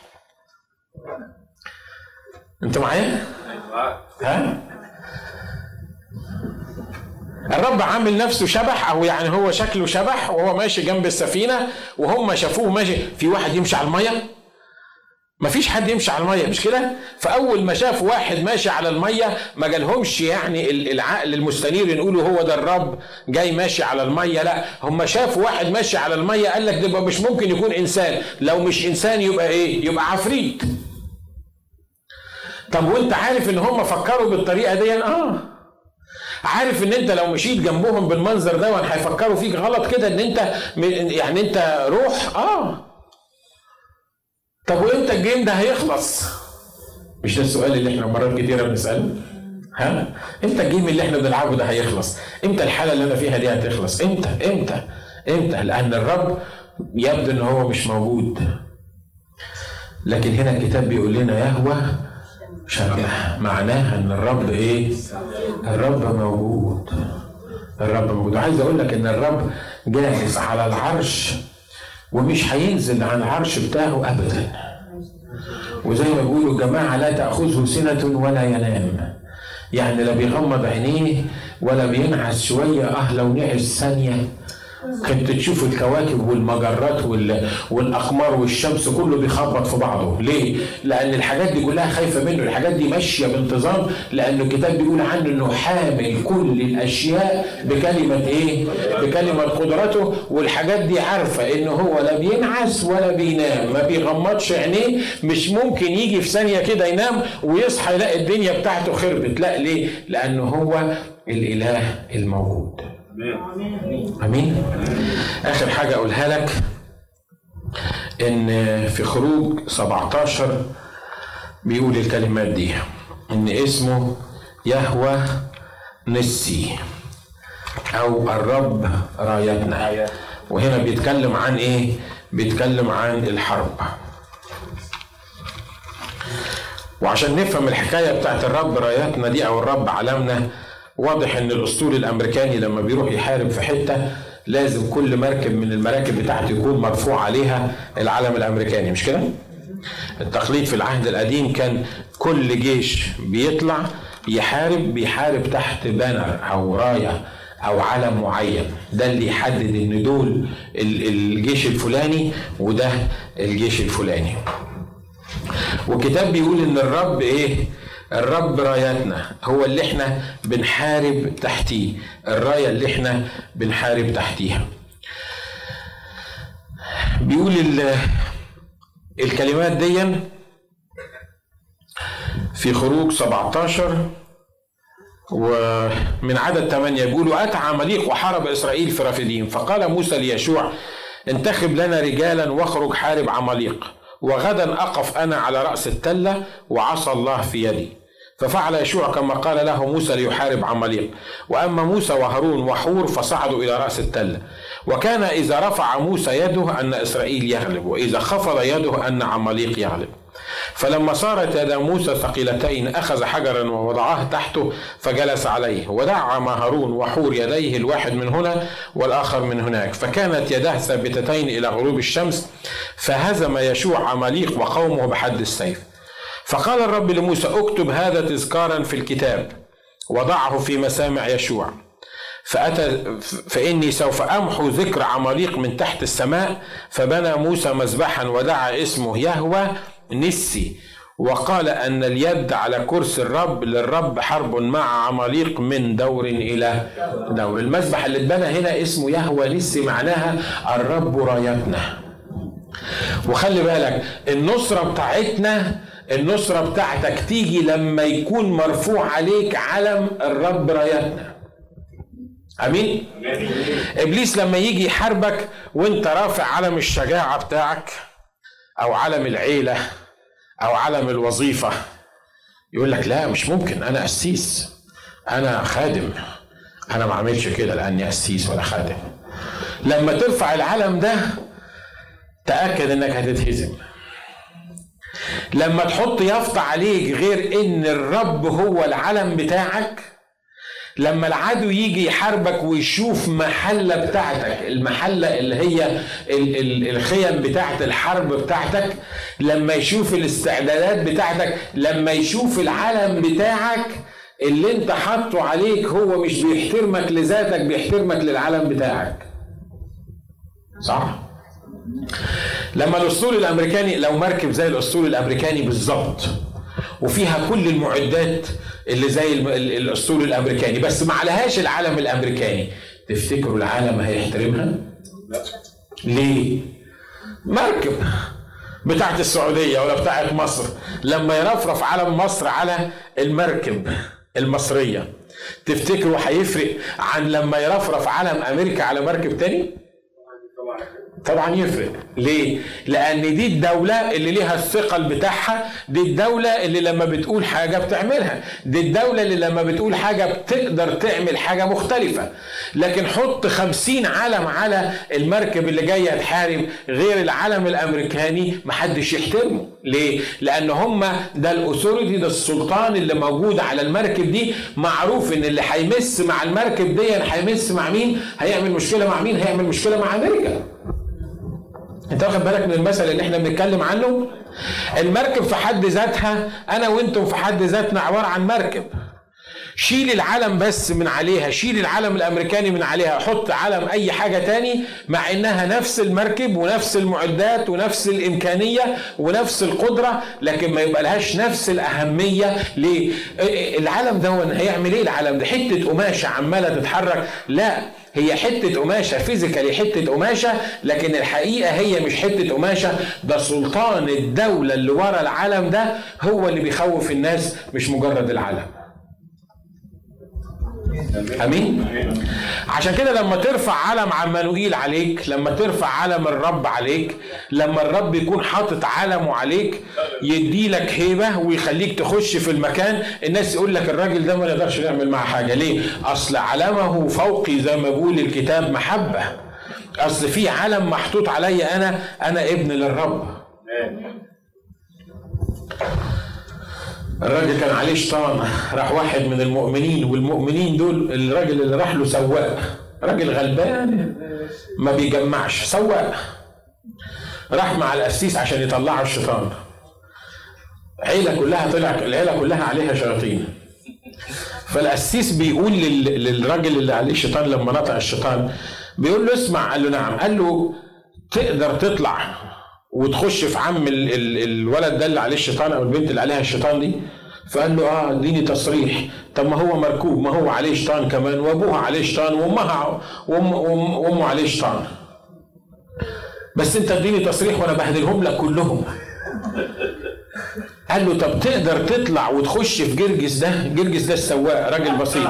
A: انت معايا؟ ها؟ الرب عامل نفسه شبح، او يعني هو شكله شبح وهو ماشي جنب السفينه، وهم شافوه ماشي. في واحد يمشي على الميه؟ مفيش حد يمشي على الميه، مش كده؟ فاول ما شافوا واحد ماشي على الميه ما جالهمش يعني العقل المستنير نقولوا هو ده الرب جاي ماشي على الميه، لا، هم شافوا واحد ماشي على الميه قال لك ده مش ممكن يكون انسان، لو مش انسان يبقى ايه؟ يبقى عفريت. طب وانت عارف ان هم فكروا بالطريقه دي؟ عارف ان انت لو مشيت جنبهم بالمنظر ده هيفكروا فيك غلط كده، ان انت يعني انت روح. طب وامتى الجيم ده هيخلص؟ مش ده السؤال اللي احنا مرات كتيره بنساله؟ ها؟ امتى الجيم اللي احنا بنلعبه ده هيخلص؟ امتى الحاله اللي انا فيها دي هتخلص؟ امتى؟ لان الرب يبدو ان هو مش موجود. لكن هنا الكتاب بيقول لنا يهوه شبه، معناها ان الرب ايه؟ الرب موجود. الرب موجود. عايز اقول لك ان الرب جالس على العرش ومش هينزل عن العرش بتاعه ابدا. وزي ما بيقولوا الجماعه لا تاخذه سنه ولا ينام، يعني لا بيغمض عينيه ولا بينعس شويه. لو نعس ثانيه كنت تشوف الكواكب والمجرات والاقمار والشمس كله بيخبط في بعضه. ليه؟ لان الحاجات دي كلها خايفه منه، الحاجات دي ماشيه بانتظام، لان الكتاب بيقول عنه انه حامل كل الاشياء بكلمه ايه؟ بكلمه قدرته. والحاجات دي عارفه انه هو لا بينعس ولا بينام، ما بيغمضش عينيه، مش ممكن يجي في ثانيه كده ينام ويصحى يلاقي الدنيا بتاعته خربت. لا، ليه؟ لانه هو الاله الموجود. امين. اخر حاجه اقولها لك ان في خروج 17 بيقول الكلمات دي، ان اسمه يهوه نسي او الرب رايتنا. وهنا بيتكلم عن ايه؟ بيتكلم عن الحرب. وعشان نفهم الحكايه بتاعت الرب رايتنا دي او الرب علمنا، واضح ان الاسطول الامريكاني لما بيروح يحارب في حته لازم كل مركب من المراكب بتاعته يكون مرفوع عليها العلم الامريكاني، مش كده؟ التقليد في العهد القديم كان كل جيش بيطلع بيحارب تحت بانر او رايه او علم معين، ده اللي يحدد ان دول الجيش الفلاني وده الجيش الفلاني. والكتاب بيقول ان الرب ايه؟ الرب رايتنا، هو اللي احنا بنحارب تحتيه، الرايه اللي احنا بنحارب تحتيها. بيقول الكلمات دي في خروج 17 ومن عدد 8 بيقول: أتى عماليق وحارب إسرائيل في رفديم، فقال موسى ليشوع: انتخب لنا رجالا واخرج حارب عماليق، وغدا أقف أنا على رأس التلة وعصا الله في يدي. ففعل يشوع كما قال له موسى ليحارب عماليق. وأما موسى وهارون وحور فصعدوا إلى رأس التلة. وكان إذا رفع موسى يده أن إسرائيل يغلب، وإذا خفض يده أن عماليق يغلب. فلما صارت يد موسى ثقيلتين أخذ حجرا ووضعه تحته فجلس عليه، ودعم هارون وحور يديه الواحد من هنا والآخر من هناك، فكانت يداه ثابتتين إلى غروب الشمس. فهزم يشوع عماليق وقومه بحد السيف. فقال الرب لموسى: اكتب هذا تذكارا في الكتاب وضعه في مسامع يشوع، فإني سوف أمحو ذكر عماليق من تحت السماء. فبنى موسى مذبحا ودعا اسمه يهوه نسي، وقال أن اليد على كرسي الرب، للرب حرب مع عماليق من دور إلى دور. المذبح اللي اتبنى هنا اسمه يهوه نسي، معناها الرب رايتنا. وخلي بالك، النصرة بتاعتك تيجي لما يكون مرفوع عليك علم الرب رايتنا. امين. ابليس لما يجي يحاربك وانت رافع علم الشجاعة بتاعك او علم العيلة او علم الوظيفة، يقول لك: لا، مش ممكن، انا قسيس، انا خادم، انا ما عملش كده لاني قسيس ولا خادم. لما ترفع العلم ده تأكد انك هتتهزم. لما تحط يافطة عليك غير ان الرب هو العلم بتاعك، لما العدو يجي يحاربك ويشوف محلة بتاعتك، المحلة اللي هي الخيم بتاعت الحرب بتاعتك، لما يشوف الاستعدادات بتاعتك، لما يشوف العلم بتاعك اللي انت حاطه عليك، هو مش بيحترمك لذاتك، بيحترمك للعلم بتاعك. صح؟ لما الاسطول الامريكاني، لو مركب زي الاسطول الامريكاني بالظبط وفيها كل المعدات اللي زي الاسطول الامريكاني بس ما عليهاش العلم الامريكاني، تفتكروا العالم هيحترمها؟ ليه؟ مركب بتاعت السعودية ولا بتاعت مصر لما يرفرف علم مصر على المركب المصرية، تفتكروا هيفرق عن لما يرفرف علم امريكا على مركب تاني؟ طبعا يفرق. ليه؟ لان دي الدولة اللي ليها الثقل بتاعها، دي الدولة اللي لما بتقول حاجة بتعملها، دي الدولة اللي لما بتقول حاجة بتقدر تعمل حاجة مختلفة. لكن حط 50 علم على المركب اللي جاية تحارب غير العلم الامريكاني، محدش يحترمه. ليه؟ لان هم ده الاثوريتي، ده السلطان اللي موجود على المركب دي، معروف ان اللي هيمس مع المركب دي هيمس مع مين؟ هيعمل مشكلة مع مين؟ هيعمل مشكلة مع امريكا. انت واخد بالك من المثل اللي احنا بنتكلم عنه؟ المركب في حد ذاتها، انا وانتم في حد ذاتنا عبارة عن مركب، شيل العلم بس من عليها، شيل العلم الامريكاني من عليها، حط علم اي حاجة تاني، مع انها نفس المركب ونفس المعدات ونفس الامكانية ونفس القدرة، لكن ما يبقى لهاش نفس الاهمية. ليه؟ العلم ده هيعمل ايه؟ العلم ده حتة قماشة عمالة تتحرك؟ لا، هي حتة قماشة فيزيكالي، حتة قماشة، لكن الحقيقة هي مش حتة قماشة، ده سلطان الدولة اللي ورا العلم ده هو اللي بيخوف الناس، مش مجرد العلم. امين. عشان كده لما ترفع علم عمانوئيل عليك، لما ترفع علم الرب عليك، لما الرب يكون حاطط علمه عليك، يدي لك هيبه ويخليك تخش في المكان، الناس يقول لك الراجل ده ما نقدرش نعمل معاه حاجه. ليه؟ اصل علمه فوقي زي ما بيقول الكتاب محبه. اصل في علم محطوط عليا، انا ابن للرب. الراجل كان عليه شيطان، راح واحد من المؤمنين، والمؤمنين دول الراجل اللي راح له سواق، راجل غلبان ما بيجمعش، سواق، راح مع القسيس عشان يطلعوا الشيطان. العيلة كلها عليها شياطين. فالقسيس بيقول للراجل اللي عليه شيطان لما نطق الشيطان، بيقول له اسمع. قال له نعم. قال له تقدر تطلع وتخش في عم الولد ده اللي عليه الشيطان او البنت اللي عليها الشيطان دي؟ فقال له اديني تصريح. طب ما هو مركوب، ما هو عليه شيطان كمان، وابوها عليه شيطان، وامه عليه شيطان، بس انت اديني تصريح وانا بهدلهم لك كلهم. قال له طب تقدر تطلع وتخش في جرجس ده السواق راجل بسيط،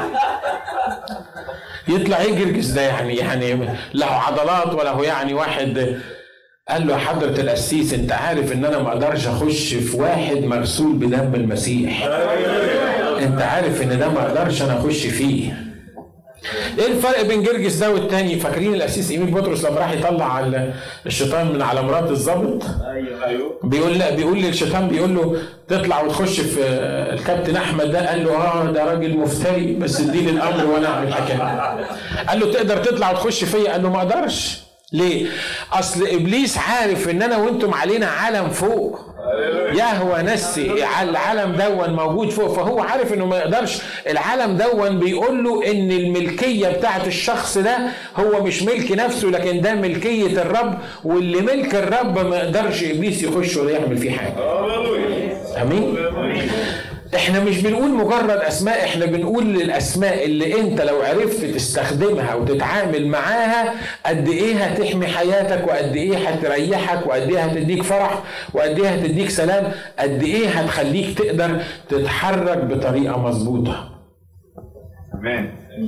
A: يطلع ايه جرجس ده؟ يعني له عضلات ولا هو يعني واحد. قال له حضرة القسيس انت عارف ان انا ما اقدرش اخش في واحد مغسول بدم المسيح، انت عارف ان ده ما اقدرش انا اخش فيه. ايه الفرق بين جرجس ده والتاني؟ فاكرين القسيس ايميل بطرس لما راح يطلع الشيطان من على مرات الضابط؟ ايوه بيقول للشيطان، بيقول له تطلع وتخش في الكابتن احمد ده. قال له ده راجل مفتري، بس اديني الامر وانا اعمل حكايه. قال له تقدر تطلع وتخش فيا؟ قال له ما اقدرش. ليه؟ اصل ابليس عارف ان انا وانتم علينا عالم فوق، يهوى نسي العالم دون موجود فوق، فهو عارف انه ما يقدرش. العالم دون بيقول له ان الملكيه بتاعت الشخص ده هو مش ملك نفسه، لكن ده ملكيه الرب، واللي ملك الرب ما يقدرش ابليس يخش ولا يعمل فيه حاجه. امين. احنا مش بنقول مجرد اسماء، احنا بنقول للاسماء اللي انت لو عرفت تستخدمها وتتعامل معاها قد ايه هتحمي حياتك، وقد ايه هتريحك، وقد ايه هتديك فرح، وقد ايه هتديك سلام، قد ايه هتخليك تقدر تتحرك بطريقه مظبوطه.
B: امين.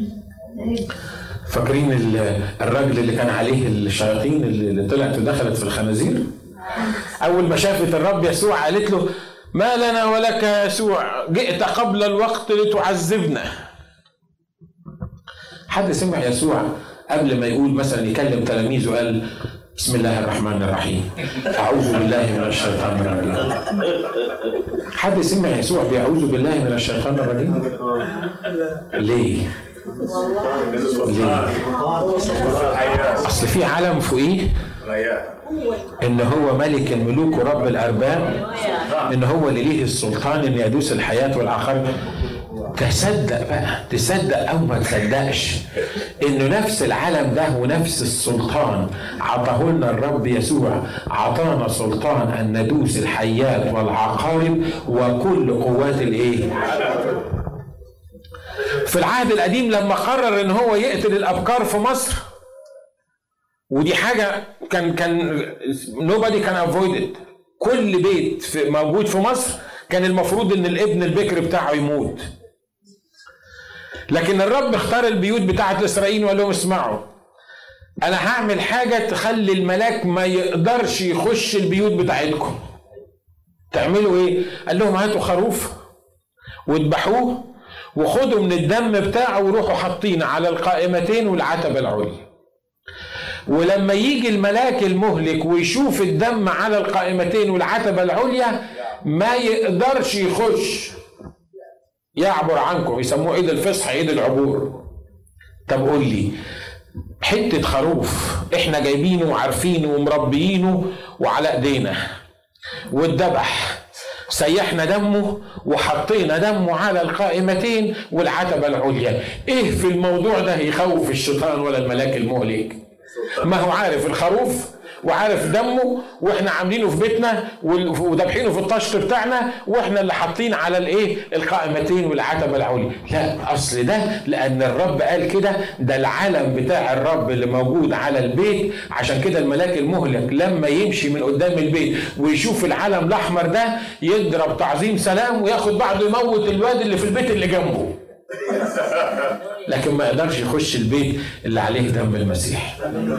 A: فاكرين الراجل اللي كان عليه الشياطين اللي طلعت ودخلت في الخنازير؟ اول ما شافت الرب يسوع قالت له ما لنا ولك يا يسوع، جئت قبل الوقت لتعذبنا. حد سمع يسوع قبل ما يقول مثلا يكلم تلاميذه قال بسم الله الرحمن الرحيم أعوذ بالله من الشيطان الرجيم؟ حد سمع يسوع بيعوذ بالله من الشيطان الرجيم؟ ليه؟ أصل في عالم فوقيه إن هو ملك الملوك ورب الأرباب، إن هو اللي ليه السلطان إن يدوس الحياة والآخرين. تصدق بقى، تصدق أو ما تصدقش إنه نفس العالم ده ونفس السلطان عطاه لنا الرب يسوع، عطانا سلطان أن ندوس الحيات والعقارب وكل قوات الإيه؟ في العهد القديم لما قرر إن هو يقتل الأبكار في مصر، ودي حاجة كان nobody can avoid it، كل بيت موجود في مصر كان المفروض ان الابن البكر بتاعه يموت، لكن الرب اختار البيوت بتاعت اسرائيل وقال لهم اسمعوا انا هعمل حاجة تخلي الملاك ما يقدرش يخش البيوت بتاعتكم. تعملوا ايه؟ قال لهم هاتوا خروف واذبحوه وخدوا من الدم بتاعه وروحوا حاطين على القائمتين والعتبة العليا، ولما يجي الملاك المهلك ويشوف الدم على القائمتين والعتبة العليا ما يقدرش يخش، يعبر عنكم، يسموه عيد الفصح، عيد العبور. طب قول لي، حتة خروف احنا جايبينه وعارفينه ومربيينه وعلى ايدينا واتذبح سيحنا دمه وحطينا دمه على القائمتين والعتبة العليا. ايه في الموضوع ده يخوف الشيطان ولا الملاك المهلك؟ ما هو عارف الخروف وعارف دمه، واحنا عاملينه في بيتنا وذبحينه في الطشت بتاعنا، واحنا اللي حاطين على الايه القائمتين والعتبه العليا. لا، اصل ده لان الرب قال كده، ده العلم بتاع الرب اللي موجود على البيت. عشان كده الملاك المهلك لما يمشي من قدام البيت ويشوف العلم الاحمر ده يضرب تعظيم سلام وياخد بعضه يموت الواد اللي في البيت اللي جنبه، لكن ما يقدرش يخش البيت اللي عليه دم المسيح.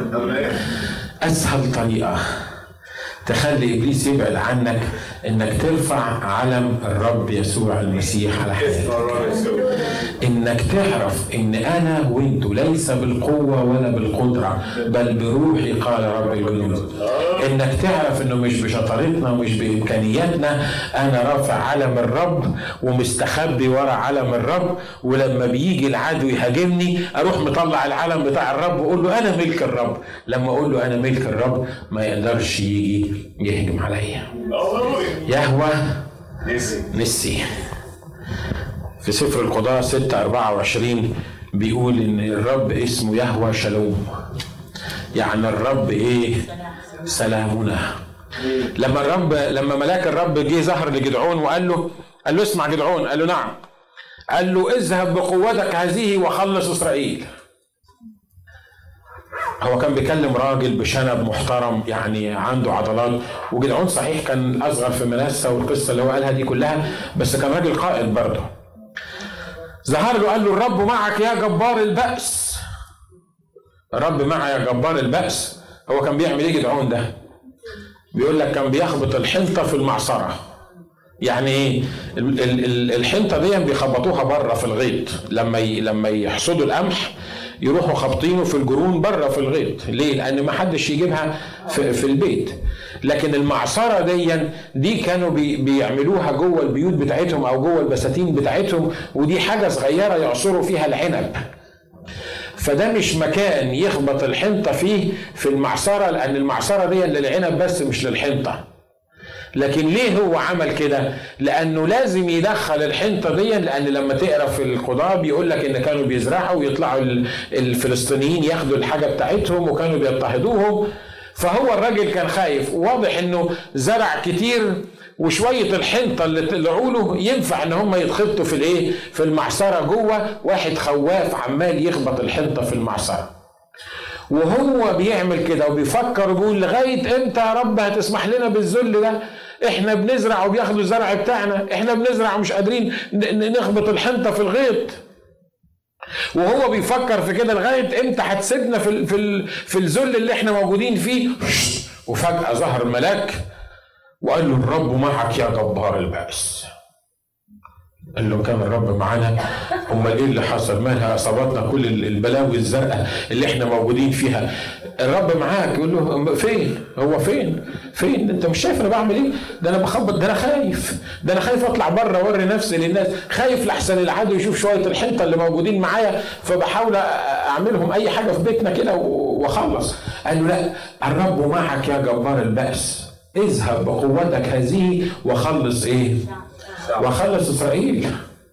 A: أسهل طريقة تخلي إبليس يبعد عنك إنك ترفع علم الرب يسوع المسيح على حياتك، إنك تعرف إن أنا وإنتو ليس بالقوة ولا بالقدرة بل بروحي قال رب الجنود. إنك تعرف إنه مش بشطارتنا ومش بإمكانياتنا، أنا رافع علم الرب ومستخبي ورا علم الرب، ولما بيجي العدو يهاجمني أروح مطلع العلم بتاع الرب وأقول له أنا ملك الرب. لما أقول له أنا ملك الرب ما يقدرش يجي يهجم عليا. يهوه نسي. في سفر القضاء 6:24 بيقول ان الرب اسمه يهوه شالوم، يعني الرب ايه؟ سلامنا. لما ملاك الرب جه ظهر لجدعون وقال له اسمع جدعون، قال له نعم، قال له اذهب بقوتك هذه وخلص اسرائيل. هو كان بيكلم راجل بشنب محترم يعني عنده عضلات، وجدعون صحيح كان اصغر في مناسة والقصه اللي هو قالها دي كلها، بس كان راجل قائد برضه. ظهر له قال له الرب معك يا جبار البأس. الرب معك يا جبار البأس. هو كان بيعمل ايه جدعون ده؟ بيقول لك كان بيخبط الحنطه في المعصره. يعني ايه؟ الحنطه دي بيخبطوها بره في الغيط، لما يحصدوا القمح يروحوا خابطينه في الجرون بره في الغيط. ليه؟ لان ما حدش يجيبها في البيت. لكن المعصره دي كانوا بيعملوها جوه البيوت بتاعتهم او جوه البساتين بتاعتهم، ودي حاجه صغيره يعصروا فيها العنب. فده مش مكان يخبط الحنطه فيه في المعصره، لان المعصره دي للعنب بس مش للحنطه. لكن ليه هو عمل كده؟ لانه لازم يدخل الحنطه دي، لان لما تقرا في القضاء بيقول لك ان كانوا بيزرعوا ويطلعوا الفلسطينيين ياخدوا الحاجه بتاعتهم وكانوا بيضطهدوهم. فهو الراجل كان خايف، وواضح انه زرع كتير وشويه الحنطه اللي عوله ينفع ان هم يتخبطوا في المعصره جوه. واحد خواف عمال يخبط الحنطه في المعصره، وهو بيعمل كده وبيفكر وبيقول لغايه امتى يا رب هتسمح لنا بالذل ده؟ احنا بنزرع وبياخدوا الزرع بتاعنا، احنا بنزرع ومش قادرين نخبط الحنطه في الغيط. وهو بيفكر في كده لغايه امتى هتسيبنا في الذل اللي احنا موجودين فيه. وفجاه ظهر الملاك وقال له الرب معك يا جبار البأس. قال له كان الرب معانا، امال ايه اللي حصل؟ مالها اصابتنا كل البلاوي الزرقاء اللي احنا موجودين فيها؟ الرب معاك. يقول له فين؟ هو فين؟ انت مش شايف انا بعمل ايه؟ ده انا بخبط، ده انا خايف اطلع بره اوري نفسي للناس، خايف لحسن العدو يشوف شويه الحنطه اللي موجودين معايا، فبحاول اعملهم اي حاجه في بيتنا كده واخلص. قال له لا، الرب معك يا جبار البأس، اذهب بقوتك هذه وخلص ايه؟ وخلص اسرائيل.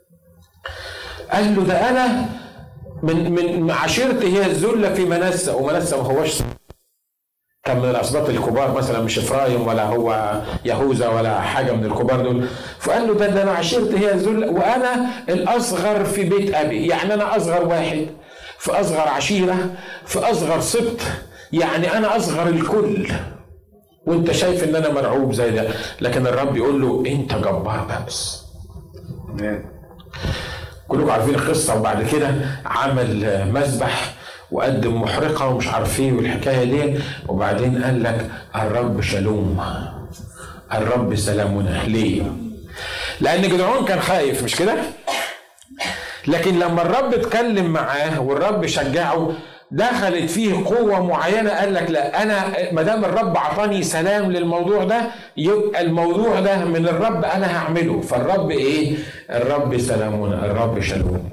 A: قال له ده انا من عشيرتي هي الذله في منسى، ومنسى ما هوش كان من الاسباط الكبار مثلا، مش افرايم ولا هو يهوذا ولا حاجه من الكبار دول. فقال له ده انا عشيرتي هي الذله وانا الاصغر في بيت ابي، يعني انا اصغر واحد في اصغر عشيره في اصغر سبط، يعني انا اصغر الكل، وانت شايف ان انا مرعوب زي ده. لكن الرب يقول له انت جبار بأس. كلكم عارفين القصه. وبعد كده عمل مذبح وقدم محرقه ومش عارف ايه والحكايه دي، وبعدين قال لك الرب شالوم، الرب سلامنا. ليه؟ لان جدعون كان خايف، مش كده؟ لكن لما الرب اتكلم معاه والرب شجعه دخلت فيه قوة معينة. قال لك لا، أنا ما دام الرب عطاني سلام للموضوع ده يبقى الموضوع ده من الرب أنا هعمله. فالرب إيه؟ الرب سلامنا، الرب شالوم.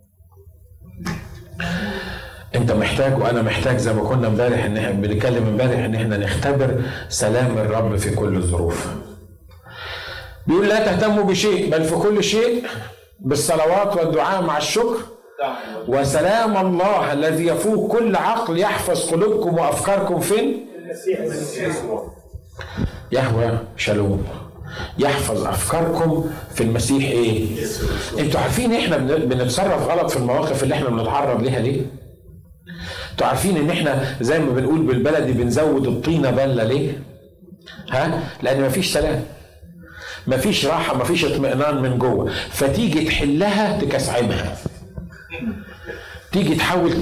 A: أنت محتاج وأنا محتاج زي ما كنا امبارح إن احنا بنتكلم امبارح إن احنا نختبر سلام الرب في كل الظروف. بيقول لا تهتموا بشيء بل في كل شيء بالصلوات والدعاء مع الشكر وسلام الله الذي يفوق كل عقل يحفظ قلوبكم وأفكاركم فين؟ يهوى شالوم يحفظ أفكاركم في المسيح. إيه؟ أنتوا عارفين إحنا بنتصرف غلط في المواقف اللي إحنا بنتعرض ليها ليه؟ أنتوا عارفين إن إحنا زي ما بنقول بالبلدي بنزود الطينة بلة ليه؟ لأن مفيش سلام، مفيش راحة، مفيش اطمئنان من جوه، فتيجي تحلها تكسعبها، تيجي تحاول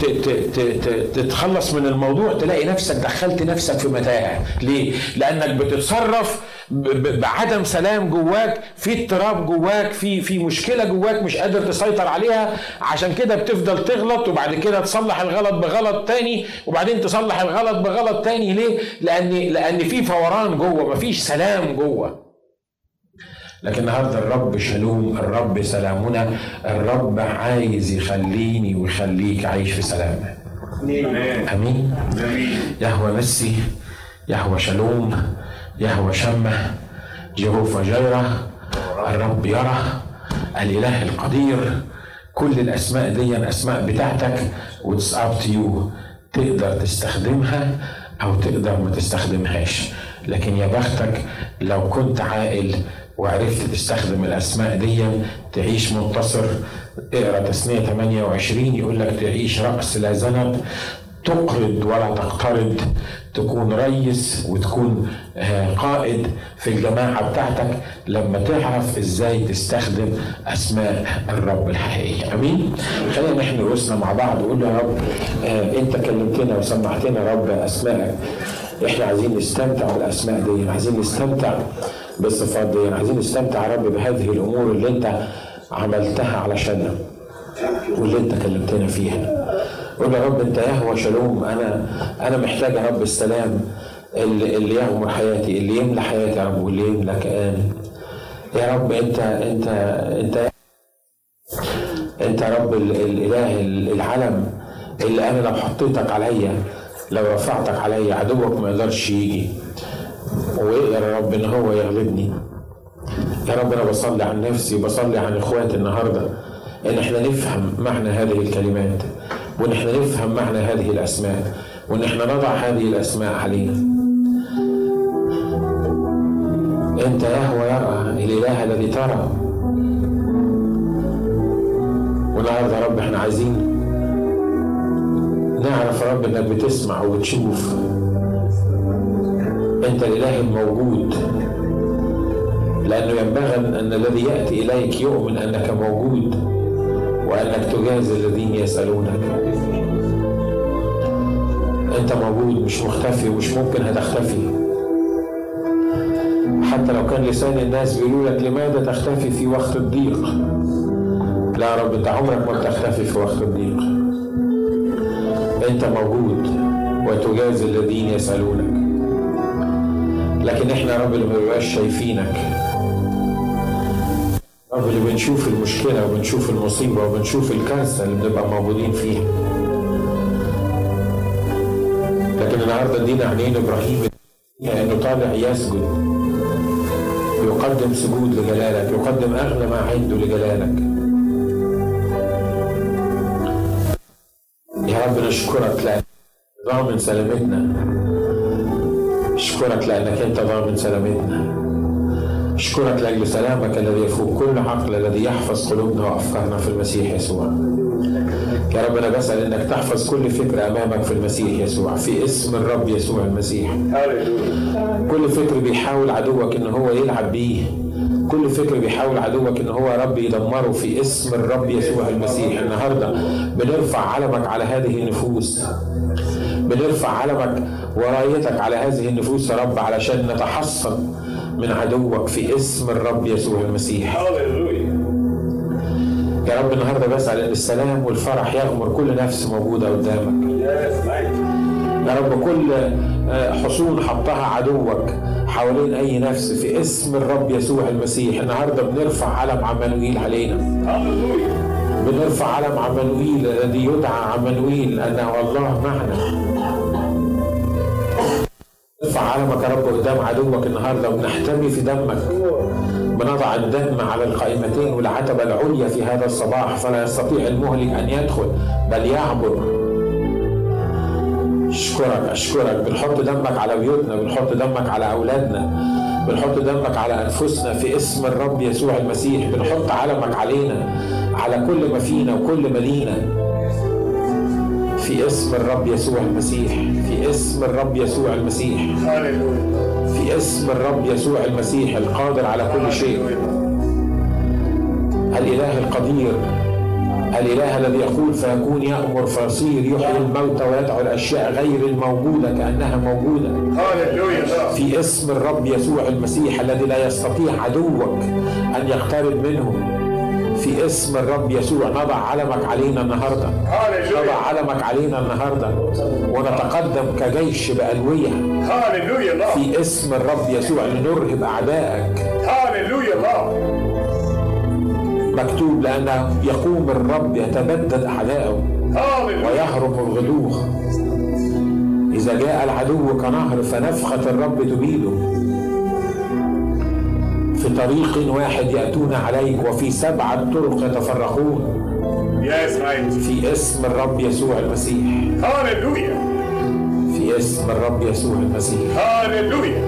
A: تتخلص من الموضوع تلاقي نفسك دخلت نفسك في متاهة. ليه؟ لأنك بتتصرف بعدم سلام جواك، في اضطراب جواك، في مشكلة جواك مش قادر تسيطر عليها، عشان كده بتفضل تغلط وبعد كده تصلح الغلط بغلط تاني وبعدين تصلح الغلط بغلط تاني. ليه؟ لأن في فوران جوه، مفيش سلام جوه. لكن النهارده الرب شالوم، الرب سلامنا، الرب عايز يخليني ويخليك عايش في سلام. امين. يهوى مسي، يهوى شالوم، يهوى شمه، جهوفا جيرة، الرب يرى، الاله القدير. كل الاسماء دي اسماء بتاعتك واتس اب تو يو، تقدر تستخدمها او تقدر ما تستخدمهاش. لكن يا بختك لو كنت عاقل وعرفت تستخدم الأسماء دي تعيش منتصر. اقرأ تثنية 28 يقول لك تعيش رأس لا زند، تقرض ولا تقترض، تكون ريس وتكون قائد في الجماعة بتاعتك لما تعرف ازاي تستخدم أسماء الرب الحقيقية. أمين. خلينا نحن رؤوسنا مع بعض ونقول يا رب انت كلمتنا وسمعتنا يا رب أسمائك، احنا عايزين نستمتع بالأسماء دي، عايزين نستمتع بالصفات دي، عايزين نستمتع يا رب بهذه الامور اللي انت عملتها علشاننا واللي انت كلمتنا فيها. قول يا رب انت يهوى شالوم، انا محتاج يا رب السلام اللي يغمر حياتي، اللي يملى حياتي يا رب واللي يملى كياني. يا رب انت يا رب الاله العلم اللي انا لو حطيتك عليا، لو رفعتك عليا عدوك ما يقدرش يجي ويقدر يا رب ان هو يغلبني. يا رب انا بصلي عن نفسي وبصلي عن اخواتي النهارده ان احنا نفهم معنى هذه الكلمات، وان احنا نفهم معنى هذه الاسماء، وان احنا نضع هذه الاسماء علينا. انت يهوى يرى، الاله الذي ترى. والنهارده يا رب احنا عايزين نعرف يا رب انك بتسمع وبتشوف. انت الاله الموجود، لانه ينبغي ان الذي ياتي اليك يؤمن انك موجود وانك تجازي الذين يسالونك. انت موجود، مش مختفي ومش ممكن هتختفي. حتى لو كان لسان الناس بيقولوا لك لماذا تختفي في وقت الضيق، لا يا رب انت عمرك ما بتختفي في وقت الضيق. انت موجود وتجازي الذين يسالونك. لكن احنا يا رب اللي ما بنبقاش شايفينك، رب اللي بنشوف المشكله وبنشوف المصيبه وبنشوف الكارثه اللي بنبقى موجودين فيها. لكن النهارده ادينا عينين ابراهيم انه طالع يسجد، يقدم سجود لجلالك، يقدم اغلى ما عنده لجلالك. يا رب نشكرك لأنك ضامن سلامتنا، اشكرك لأنك أنت ضامن سلامتنا، اشكرك لأجل سلامك الذي يفوق كل عقل، الذي يحفظ قلوبنا وأفكارنا في المسيح يسوع. يا رب أنا بسأل إنك تحفظ كل فكر أمامك في المسيح يسوع، في اسم الرب يسوع المسيح. كل فكر بيحاول عدوك إن هو يلعب بيه، كل فكر بيحاول عدوك إن هو يا رب يدمره، في اسم الرب يسوع المسيح. النهارده بنرفع علمك على هذه النفوس، بنرفع علمك ورايتك على هذه النفوس يا رب، علشان نتحصن من عدوك في اسم الرب يسوع المسيح. يا رب النهارده بسأل ان السلام والفرح يغمر كل نفس موجوده قدامك. يا رب كل حصون حطها عدوك حوالين اي نفس في اسم الرب يسوع المسيح. النهارده بنرفع علم عمانوئيل علينا، بنرفع علم عمانوئيل الذي يدعى عمانوئيل، انه الله معنا. نرفع بنرفع علمك يا رب قدام عدوك النهارده وبنحتمي في دمك. بنضع الدم على القائمتين والعتبة العليا في هذا الصباح، فلا يستطيع المهلك أن يدخل بل يعبر. أشكرك. بنحط دمك على بيوتنا، بنحط دمك على أولادنا، بنحط دمك على أنفسنا في اسم الرب يسوع المسيح. بنحط علمك علينا، على كل ما فينا وكل ما لينا، في اسم الرب يسوع المسيح، في اسم الرب يسوع المسيح، في اسم الرب يسوع المسيح القادر على كل شيء، الإله القدير، الإله الذي يقول فيكون، يأمر فيصير، يحيي الموتى ويدعو الأشياء غير الموجودة كأنها موجودة. في اسم الرب يسوع المسيح الذي لا يستطيع عدوك أن يقترب منه، في اسم الرب يسوع نضع علمك علينا النهارده، نضع علمك علينا النهارده ونتقدم كجيش بألوية في اسم الرب يسوع لنرهب أعدائك. مكتوب لأن يقوم الرب يتبدد أعدائه ويهرب الغدو. إذا جاء العدو كنهر فنفخة الرب تبيده. في طريق واحد يأتون عليك وفي 7 طرق يتفرقون. في اسم الرب يسوع المسيح. في اسم الرب يسوع المسيح.